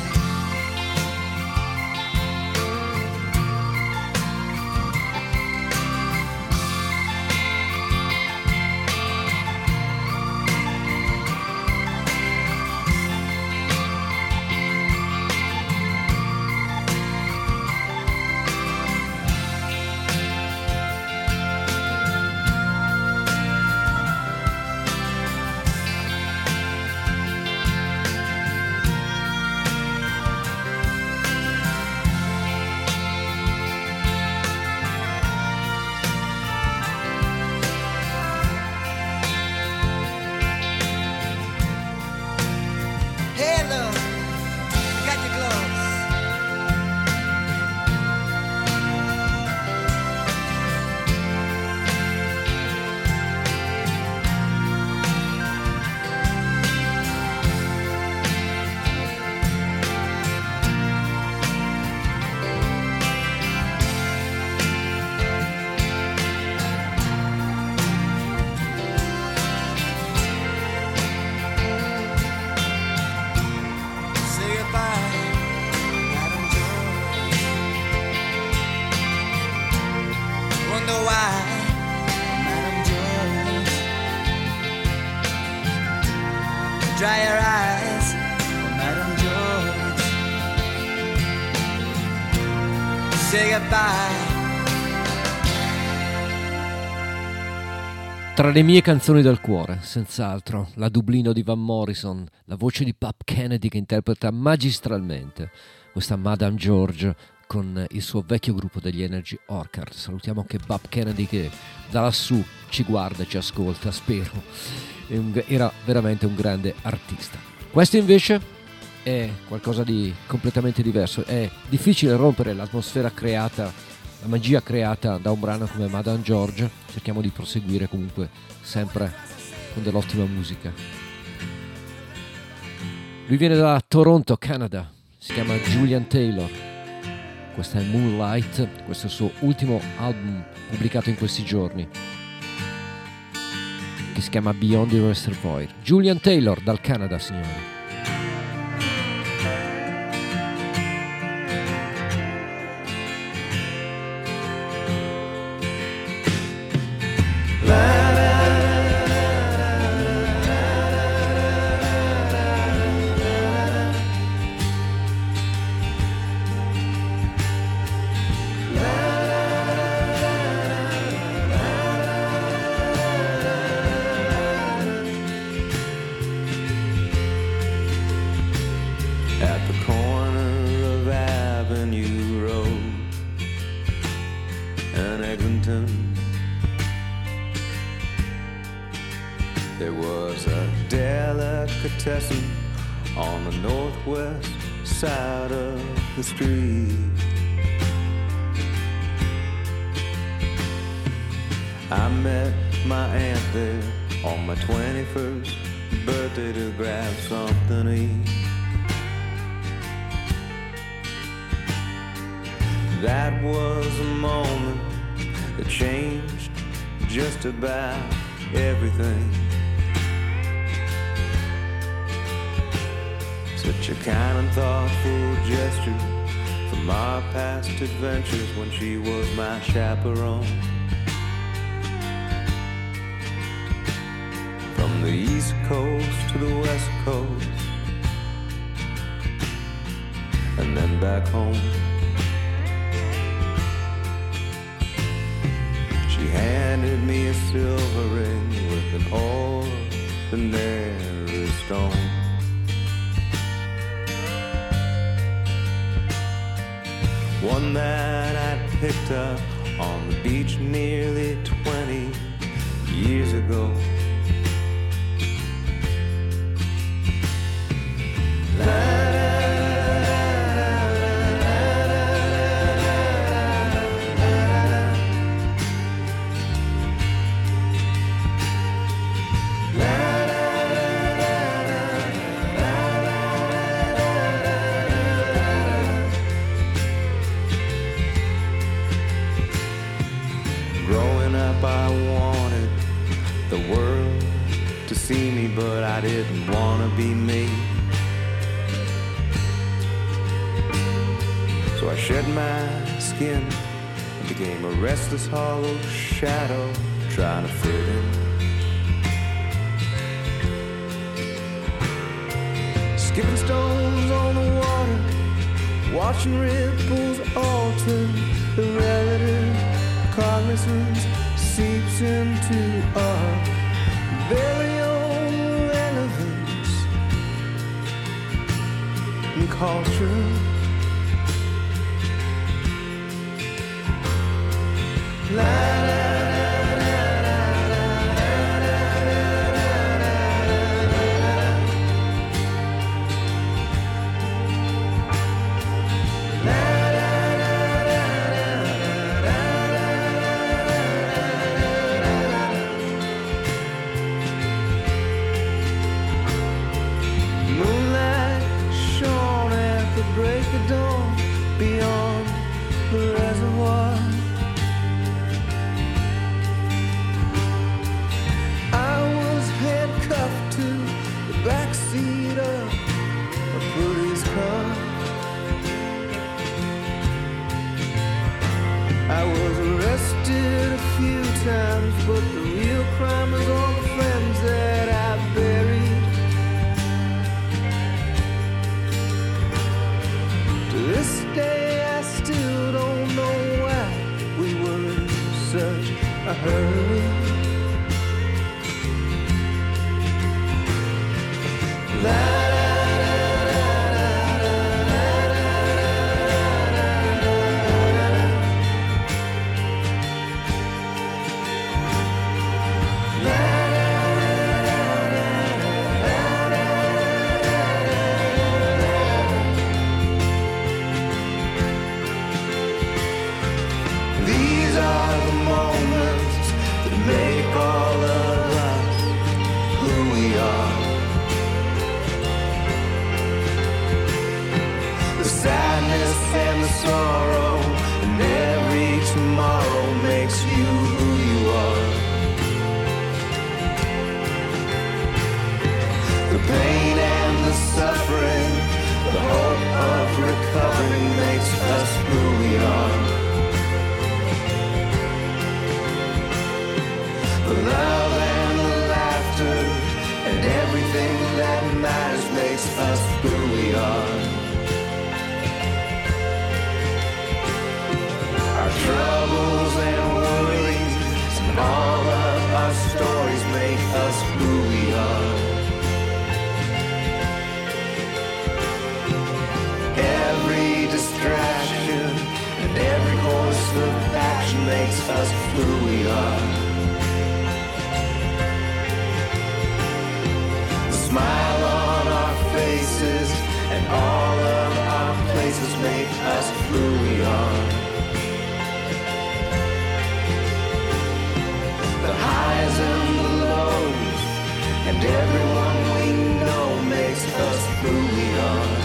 Hey, look, got your gloves. Say goodbye, Madam Joy. Wonder why, Madam Joy. Dry your eyes, Madam Joy. Say goodbye. Tra le mie canzoni del cuore, senz'altro, la Dublino di Van Morrison, la voce di Bob Kennedy che interpreta magistralmente questa Madame George con il suo vecchio gruppo degli Energy Orchard. Salutiamo anche Bob Kennedy che da lassù ci guarda e ci ascolta, spero. Era veramente un grande artista. Questo invece è qualcosa di completamente diverso. È difficile rompere l'atmosfera creata, la magia creata da un brano come Madame George. Cerchiamo di proseguire comunque sempre con dell'ottima musica. Lui viene da Toronto, Canada, si chiama Julian Taylor. Questa è Moonlight, questo è il suo ultimo album pubblicato in questi giorni, che si chiama Beyond the Reservoir. Julian Taylor dal Canada, signori. At the corner of Avenue Road and Eglinton, there was a delicatessen on the northwest side of the street. I met my aunt there on my 21st birthday to grab something to eat. That was a moment that changed just about everything. Such a kind and thoughtful gesture from our past adventures when she was my chaperone. From the East Coast to the West Coast, and then back home. She handed me a silver ring with an ordinary stone. One that I picked up on the beach nearly 20 years ago. Growing up, I wanted the world to see me, but I didn't want to be me. shed my skin and became a restless hollow shadow trying to fit in. Skipping stones on the water, watching ripples alter the relative cognizance seeps into our very own relevance and culture. La, la, but the real crime is all the friends that I buried. To this day I still don't know why we were in such a hurry. La, sorrow, and every tomorrow makes you who you are. The pain and the suffering, the hope of recovering makes us who we are. The love and the laughter and everything that matters makes us who we are. Troubles and worries and all of our stories make us who we are. Every distraction and every course of action makes us who we are. The smile on our faces and all of our places make us who we are. The highs and the lows, and everyone we know makes us who we are.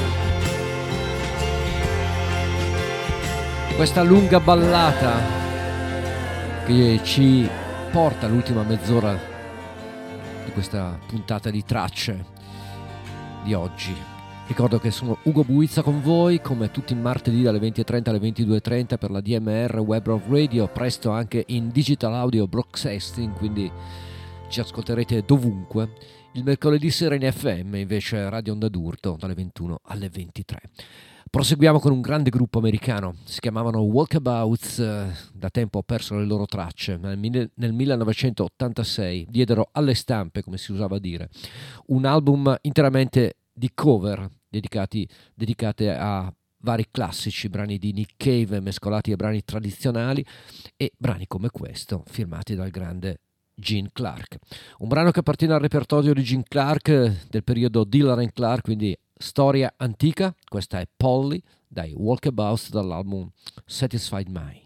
Questa lunga ballata che ci porta all'ultima mezz'ora di questa puntata di tracce di oggi. Ricordo che sono Ugo Buizza con voi, come tutti i martedì dalle 20.30 alle 22.30 per la DMR Web Rock Radio, presto anche in Digital Audio Broadcasting, quindi ci ascolterete dovunque. Il mercoledì sera in FM invece Radio Onda d'Urto dalle 21 alle 23. Proseguiamo con un grande gruppo americano, si chiamavano Walkabouts, da tempo ho perso le loro tracce, nel 1986 diedero alle stampe, come si usava dire, un album interamente di cover dedicate a vari classici, brani di Nick Cave mescolati a brani tradizionali e brani come questo firmati dal grande Gene Clark. Un brano che appartiene al repertorio di Gene Clark del periodo Dillard and Clark, quindi storia antica. Questa è Polly dai Walkabouts dall'album Satisfied Mind.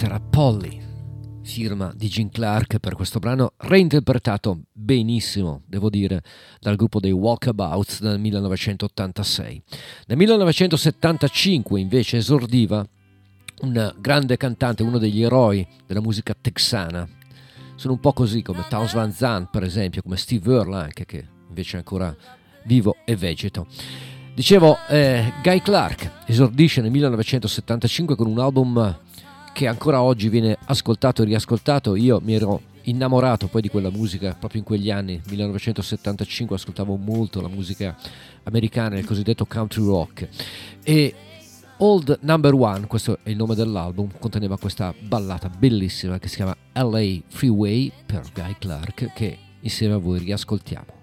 Questa era Polly, firma di Gene Clark per questo brano, reinterpretato benissimo, devo dire, dal gruppo dei Walkabouts nel 1986. Nel 1975 invece esordiva un grande cantante, uno degli eroi della musica texana. Sono un po' così come Townes Van Zandt, per esempio, come Steve Earle anche, che invece è ancora vivo e vegeto. Dicevo, Guy Clark esordisce nel 1975 con un album che ancora oggi viene ascoltato e riascoltato. Io mi ero innamorato poi di quella musica proprio in quegli anni, 1975, ascoltavo molto la musica americana, il cosiddetto country rock, e Old Number One, questo è il nome dell'album, conteneva questa ballata bellissima che si chiama LA Freeway per Guy Clark, che insieme a voi riascoltiamo.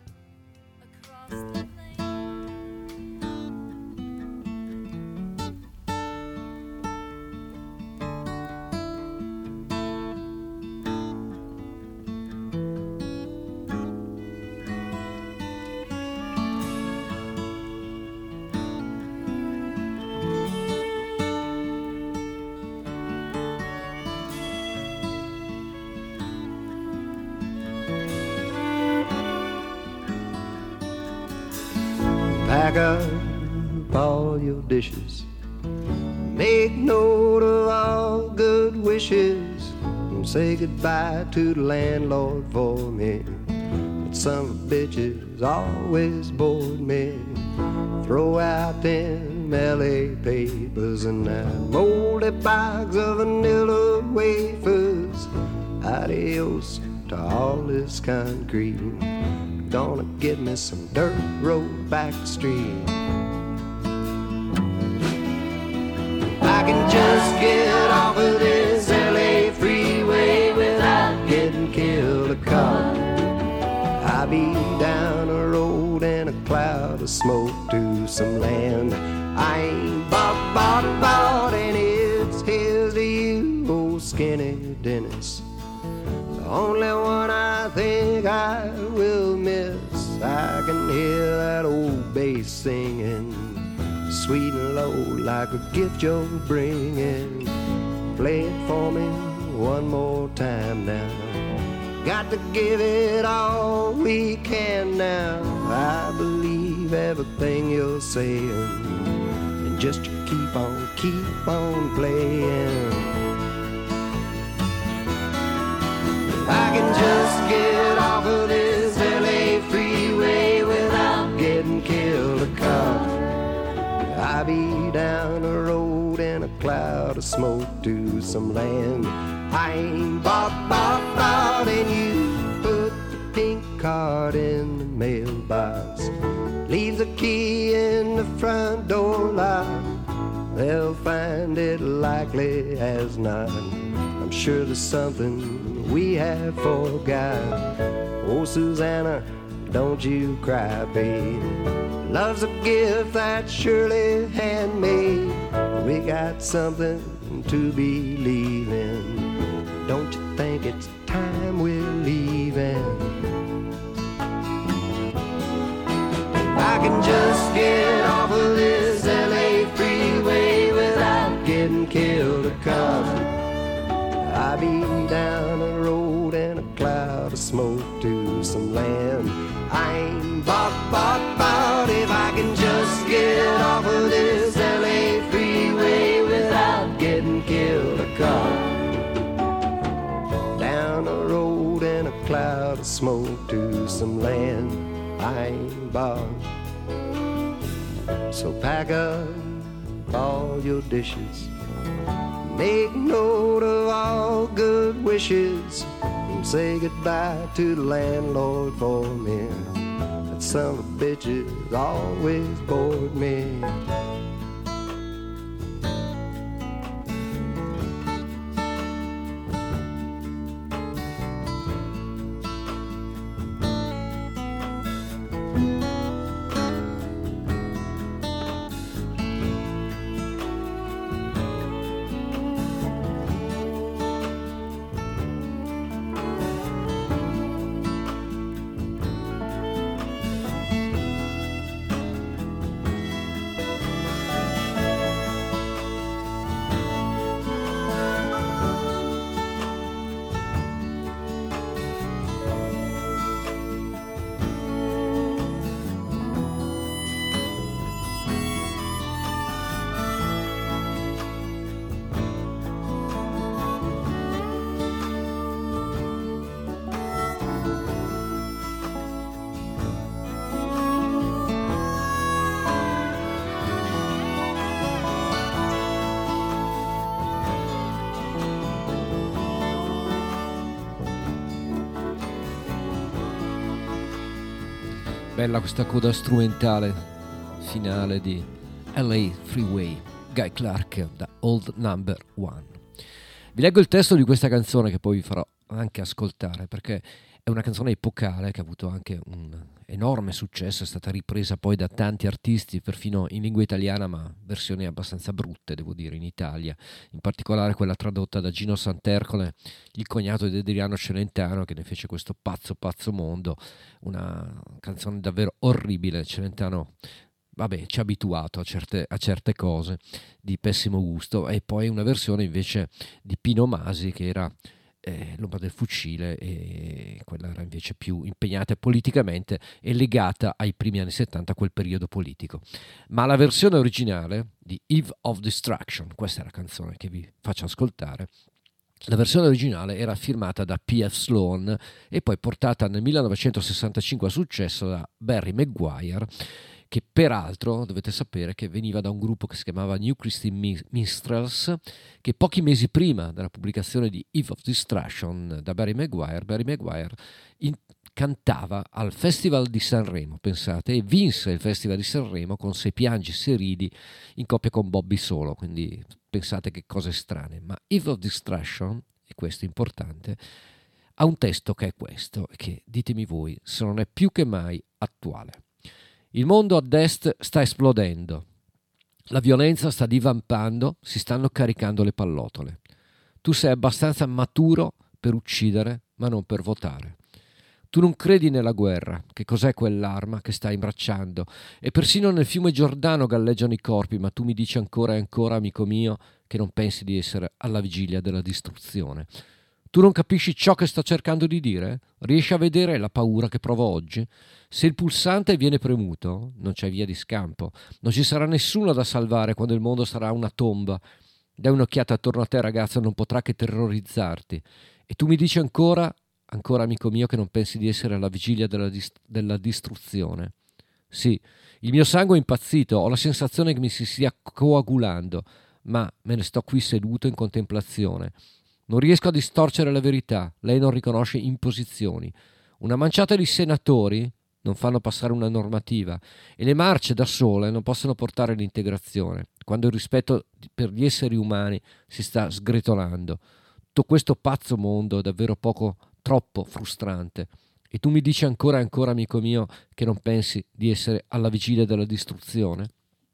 Pack up all your dishes, make note of all good wishes, and say goodbye to the landlord for me. But some bitches always bored me. Throw out them LA papers and that moldy bags of vanilla wafers. Adios to all this concrete. Gonna get me some dirt road back street. I can just get off of this LA freeway without getting killed a cop. I'll be down a road in a cloud of smoke to some land I ain't bought, and it's here's to you, old skinny Dennis. The only one I think I will miss. I can hear that old bass singing, sweet and low like a gift you're bringing. Play it for me one more time now. Got to give it all we can now. I believe everything you're saying, and just you keep on playing. I can just get off of this LA freeway without getting killed a cop. I'll be down the road in a cloud of smoke to some land I ain't bought, and you put the pink card in the mailbox. Leave the key in the front door lock. They'll find it likely as not. I'm sure there's something we have forgot. Oh, Susanna, don't you cry, babe. Love's a gift that's surely handmade. We got something to believe in. Don't you think it's time we're leaving? I can just get off of this LA freeway without getting killed a cop. I'll be down the road in a cloud of smoke to some land I ain't bought. If I can just get off of this LA freeway without getting killed a car. Down the road in a cloud of smoke to some land I ain't bought. So pack up all your dishes, make note of all good wishes, and say goodbye to the landlord for me. That son of a bitch has always bored me. Bella questa coda strumentale finale di LA Freeway, Guy Clark da Old Number One. Vi leggo il testo di questa canzone che poi vi farò anche ascoltare, perché è una canzone epocale che ha avuto anche un enorme successo, è stata ripresa poi da tanti artisti, perfino in lingua italiana, ma versioni abbastanza brutte, devo dire, in Italia, in particolare quella tradotta da Gino Santercole, il cognato di Adriano Celentano, che ne fece questo pazzo mondo, una canzone davvero orribile. Celentano, vabbè, ci ha abituato a certe cose di pessimo gusto, e poi una versione invece di Pino Masi che era L'ombra del fucile, e quella era invece più impegnata politicamente e legata ai primi anni 70, a quel periodo politico. Ma la versione originale di Eve of Destruction, questa è la canzone che vi faccio ascoltare, la versione originale era firmata da P.F. Sloan e poi portata nel 1965 a successo da Barry Maguire, che peraltro dovete sapere che veniva da un gruppo che si chiamava New Christine Minstrels, che pochi mesi prima della pubblicazione di Eve of Destruction da Barry Maguire cantava al Festival di Sanremo, pensate, e vinse il Festival di Sanremo con Se piangi se ridi in coppia con Bobby Solo, quindi pensate che cose strane. Ma Eve of Destruction, e questo è importante, ha un testo che è questo, che ditemi voi se non è più che mai attuale. Il mondo ad est sta esplodendo, la violenza sta divampando, si stanno caricando le pallotole. Tu sei abbastanza maturo per uccidere, ma non per votare. Tu non credi nella guerra, che cos'è quell'arma che stai imbracciando, e persino nel fiume Giordano galleggiano i corpi, ma tu mi dici ancora e ancora, amico mio, che non pensi di essere alla vigilia della distruzione. Tu non capisci ciò che sto cercando di dire? Riesci a vedere la paura che provo oggi? Se il pulsante viene premuto, non c'è via di scampo. Non ci sarà nessuno da salvare quando il mondo sarà una tomba. Dai un'occhiata attorno a te, ragazzo, non potrà che terrorizzarti. E tu mi dici ancora amico mio, che non pensi di essere alla vigilia della distruzione. Sì, il mio sangue è impazzito, ho la sensazione che mi si stia coagulando, ma me ne sto qui seduto in contemplazione. Non riesco a distorcere la verità, lei non riconosce imposizioni. Una manciata di senatori non fanno passare una normativa e le marce da sole non possono portare l'integrazione, quando il rispetto per gli esseri umani si sta sgretolando. Tutto questo pazzo mondo è davvero troppo frustrante. E tu mi dici ancora e ancora, amico mio, che non pensi di essere alla vigilia della distruzione?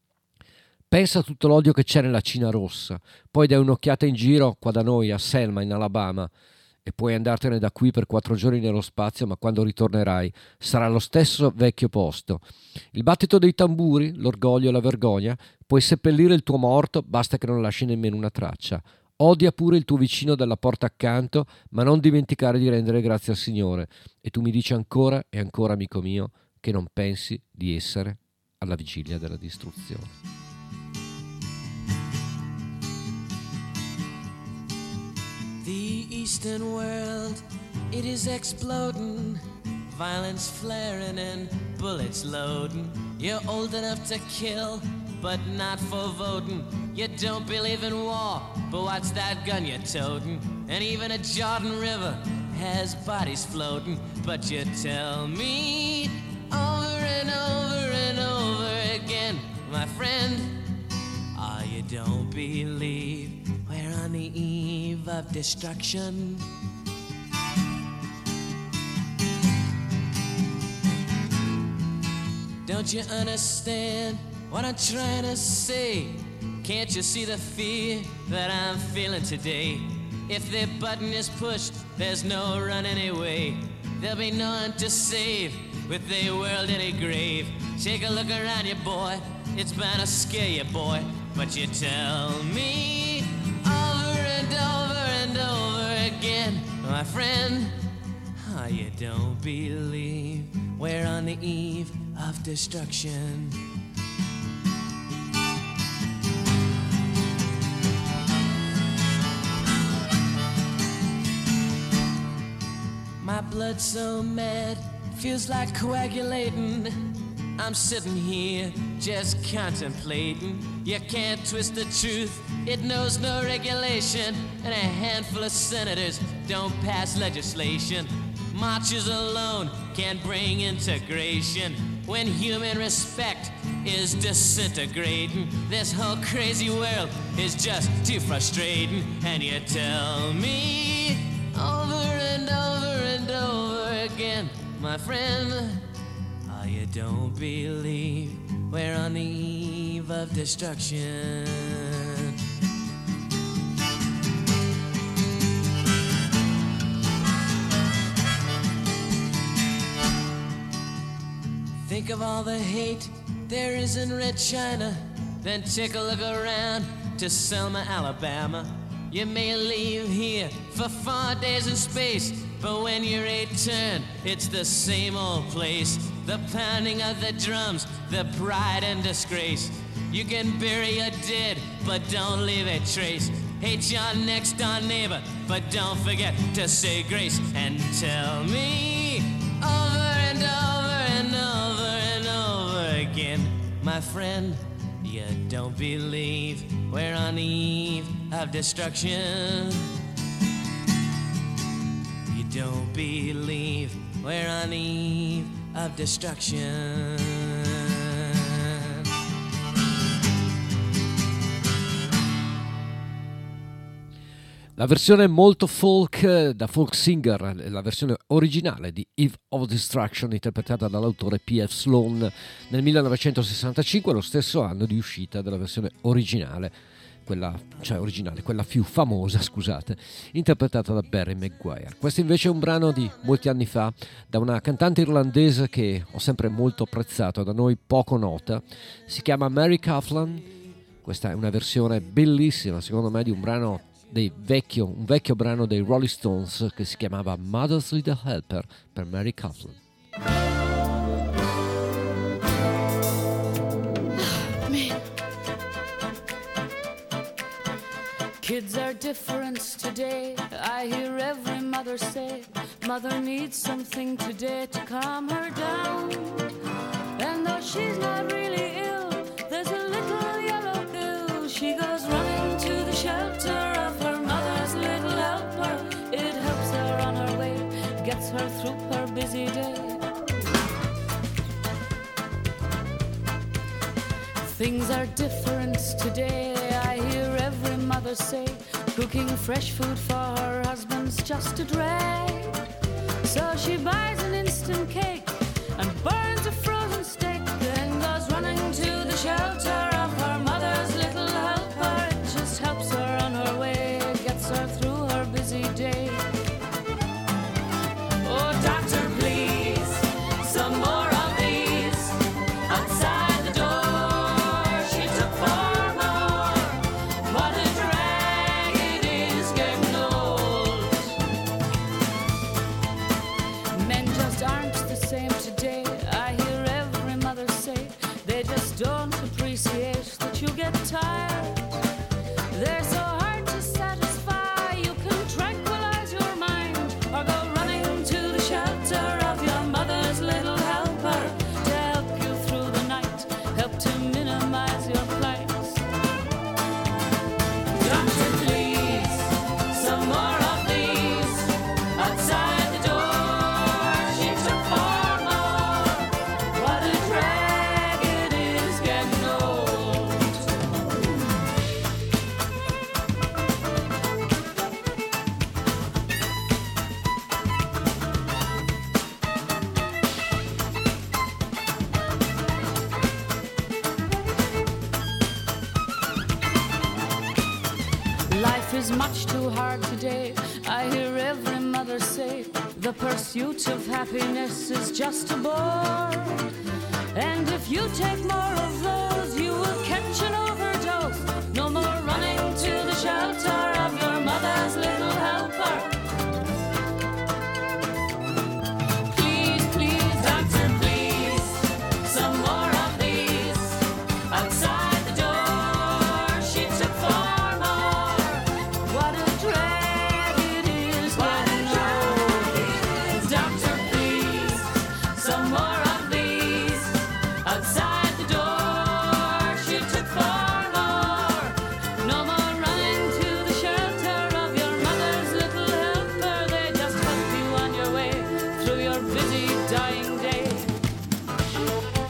Pensa a tutto l'odio che c'è nella Cina rossa, poi dai un'occhiata in giro qua da noi a Selma in Alabama e puoi andartene da qui per 4 giorni nello spazio, ma quando ritornerai sarà lo stesso vecchio posto. Il battito dei tamburi, l'orgoglio e la vergogna, puoi seppellire il tuo morto, basta che non lasci nemmeno una traccia. Odia pure il tuo vicino dalla porta accanto, ma non dimenticare di rendere grazie al Signore. E tu mi dici ancora e ancora, amico mio, che non pensi di essere alla vigilia della distruzione. The Eastern world, it is exploding, violence flaring and bullets loading. You're old enough to kill, but not for voting. You don't believe in war, but what's that gun you're toting? And even a Jordan River has bodies floating. But you tell me over and over and over again, my friend, you don't believe we're on the eve of destruction. Don't you understand what I'm trying to say? Can't you see the fear that I'm feeling today? If the button is pushed, there's no running away. There'll be no one to save with the world in a grave. Take a look around you, boy, it's bound to scare you, boy. But you tell me over and over and over again, my friend, you don't believe we're on the eve of destruction. My blood's so mad, feels like coagulating. I'm sitting here just contemplating. You can't twist the truth, it knows no regulation. And a handful of senators don't pass legislation. Marches alone can't bring integration. when human respect is disintegrating. This whole crazy world is just too frustrating. And you tell me over and over and over again, my friend, oh, you don't believe we're on the eve of destruction. Think of all the hate there is in Red China, then take a look around to Selma, Alabama. You may leave here for 4 days in space, but when you return, it's the same old place. The pounding of the drums, the pride and disgrace. You can bury your dead, but don't leave a trace. Hate your next door neighbor, but don't forget to say grace. And tell me over and over and over and over again, my friend, you don't believe we're on the eve of destruction. You don't believe we're on the eve of destruction. La versione molto folk da folk singer, la versione originale di Eve of Destruction, interpretata dall'autore P.F. Sloan nel 1965, lo stesso anno di uscita della versione originale, quella più famosa, scusate, interpretata da Barry Maguire. Questo invece è un brano di molti anni fa, da una cantante irlandese che ho sempre molto apprezzato, da noi poco nota, si chiama Mary Coughlan. Questa è una versione bellissima, secondo me, di un brano un vecchio brano dei Rolling Stones che si chiamava Mother's Little Helper, per Mary Coughlan. Kids are different today, I hear every mother say, mother needs something today to calm her down. And though she's not really ill, there's a little yellow pill, she goes running to the shelter of her mother's little helper. It helps her on her way, gets her through her busy day. Things are different today, I hear every mother say, cooking fresh food for her husband's just a drag. So she buys an instant cake and burns a frozen steak, then goes running to the shelter of her mother's little helper. It just helps her on her way, gets her through her busy day. Oh, doctor, please, some more of these outside the door. She took 4 more. What a drag it is getting old. Men just aren't the same today, I hear every mother say. They just don't appreciate that you get tired. They're so hard to satisfy, you can tranquilize your mind or go running to the shelter of your mother's little helper to help you through the night, help to minimize your plight. Doctor, please, some more of these outside the door. She took 4 more. What a drag it is getting old. Life is much too hard today, I hear every mother say. The pursuit of happiness is just a bore. And if you take more of those, you will catch an overdose. No more running to the shelter of your mother's little helper. Please, please, doctor, please, some more of these outside the door. She took 4 more. What a drag it is getting old. Doctor, please, some more of these outside the door. She took 4 more. No more running to the shelter of your mother's little helper. They just help you on your way through your busy dying day.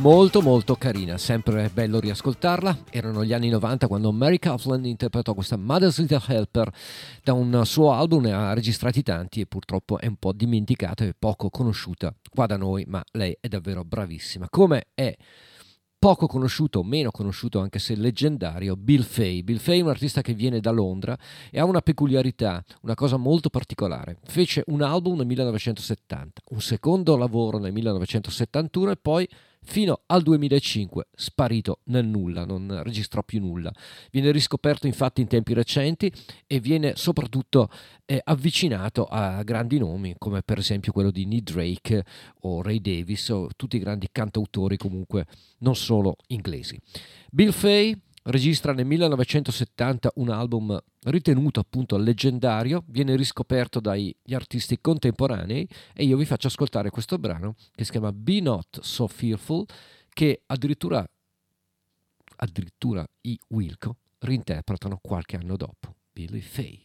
molto molto carina, sempre bello riascoltarla. Erano gli anni 90 quando Mary Coughlan interpretò questa Mother's Little Helper da un suo album, ne ha registrati tanti e purtroppo è un po' dimenticata e poco conosciuta qua da noi, ma lei è davvero bravissima. Come è poco conosciuto, meno conosciuto anche se leggendario, Bill Fay. Bill Fay è un artista che viene da Londra e ha una peculiarità, una cosa molto particolare. Fece un album nel 1970, un secondo lavoro nel 1971 e poi fino al 2005 sparito nel nulla, non registrò più nulla. Viene riscoperto infatti in tempi recenti e viene soprattutto avvicinato a grandi nomi come per esempio quello di Nick Drake o Ray Davis o tutti i grandi cantautori comunque non solo inglesi. Bill Fay registra nel 1970 un album ritenuto appunto leggendario, viene riscoperto dagli artisti contemporanei e io vi faccio ascoltare questo brano che si chiama Be Not So Fearful, che addirittura i Wilco reinterpretano qualche anno dopo. Billy Fay.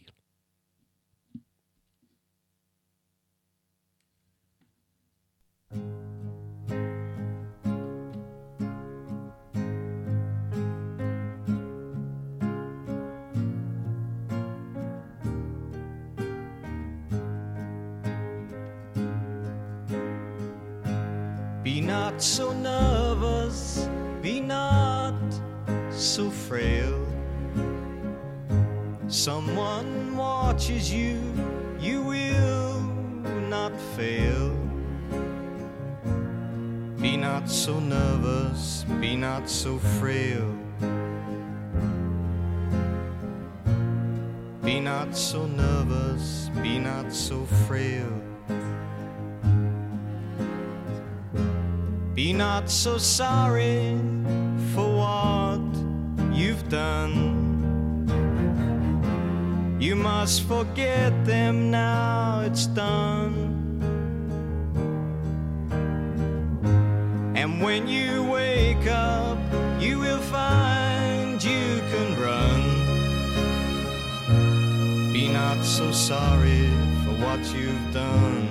Be not so nervous, be not so frail. Someone watches you, you will not fail. Be not so nervous, be not so frail. Be not so nervous, be not so frail. Be not so sorry for what you've done. You must forget them now, it's done. And when you wake up, you will find you can run. Be not so sorry for what you've done.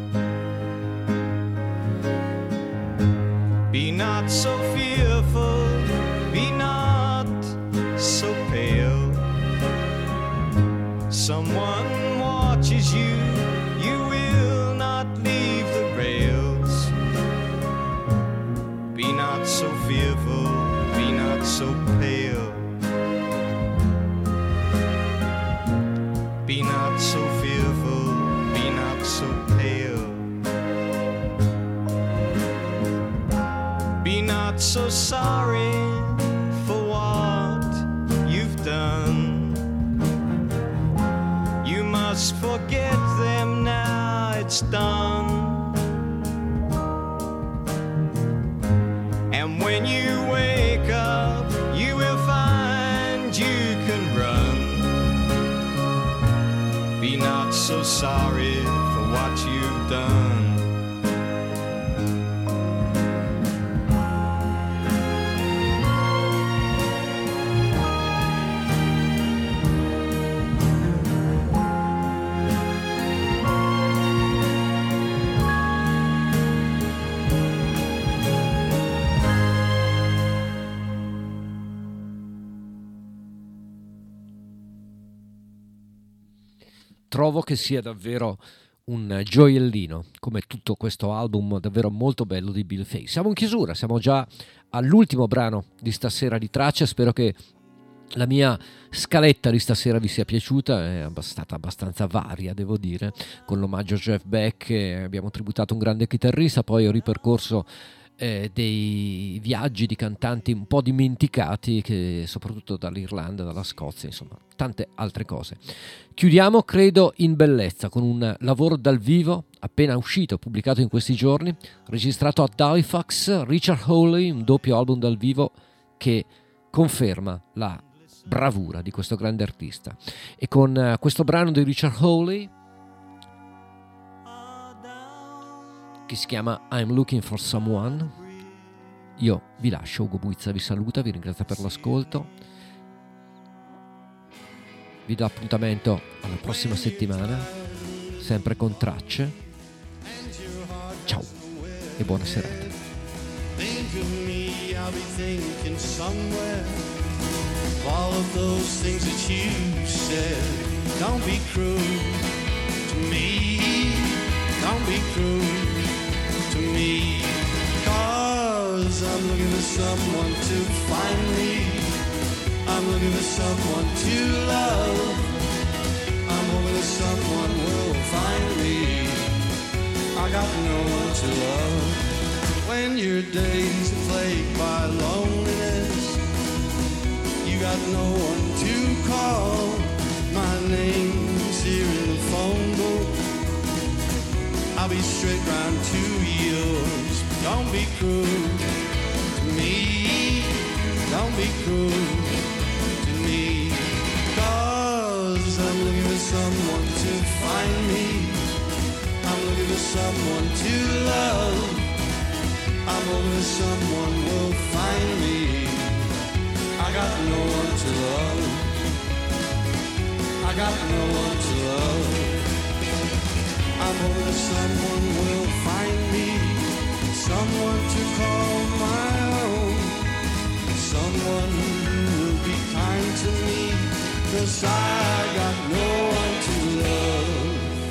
Be not so fearful, be not so pale. Someone watches you, you will not leave the rails. Be not so fearful, be not so pale. Be not so fearful, be not so pale. Be not so sorry for what you've done. You must forget them now, it's done. And when you wake up, you will find you can run. Be not so sorry for what you've done. Trovo che sia davvero un gioiellino, come tutto questo album davvero molto bello di Bill Fay. Siamo in chiusura, siamo già all'ultimo brano di stasera di Tracce. Spero che la mia scaletta di stasera vi sia piaciuta, è stata abbastanza varia, devo dire, con l'omaggio a Jeff Beck, abbiamo tributato un grande chitarrista, poi ho ripercorso dei viaggi di cantanti un po' dimenticati, che soprattutto dall'Irlanda, dalla Scozia, insomma tante altre cose. Chiudiamo, credo, in bellezza con un lavoro dal vivo appena uscito, pubblicato in questi giorni, registrato ad Halifax, Richard Hawley, un doppio album dal vivo che conferma la bravura di questo grande artista. E con questo brano di Richard Hawley, che si chiama I'm Looking for Someone, io vi lascio. Ugo Buizza vi saluta, vi ringrazio per l'ascolto, vi do appuntamento alla prossima settimana, sempre con Tracce. Ciao e buona serata. of me, I'll be thinking somewhere of all of those things that you said. Don't be cruel to me, don't be cruel to me, 'cause I'm looking for someone to find me, I'm looking for someone to love, I'm hoping that someone will find me, I got no one to love. When your days are plagued by loneliness, you got no one to call, my name's here in the phone book, I'll be straight round to yours. Don't be cruel to me, don't be cruel to me, 'cause I'm looking for someone to find me, I'm looking for someone to love, I'm hoping someone will find me, I got no one to love, I got no one to love, I'm hoping someone will find me, someone to call my own, someone who will be kind to me, 'cause I got no one to love.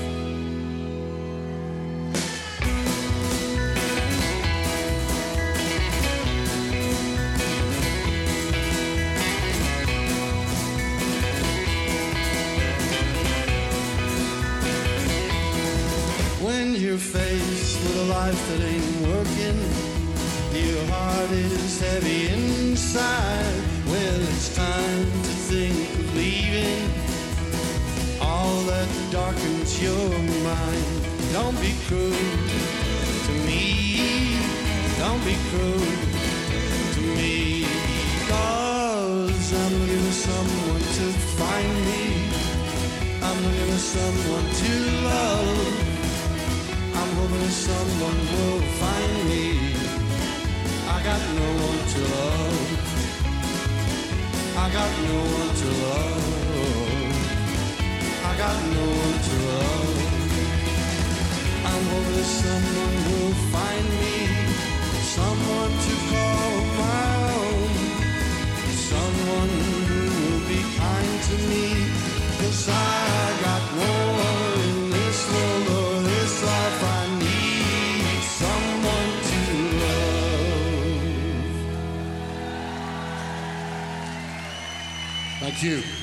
When you're faced with a life that ain't working, your heart is heavy inside, well, it's time to think of leaving all that darkens your mind. Don't be cruel to me, don't be cruel to me, 'cause I'm looking for someone to find me, I'm looking for someone to love, I'm hoping someone will find me, I got no one to love, I got no one to love, I got no one to love, I'm hoping someone will find me, someone to call my own, someone who will be kind to me, 'cause I got no one in this world or this life, I need someone to love. Thank you.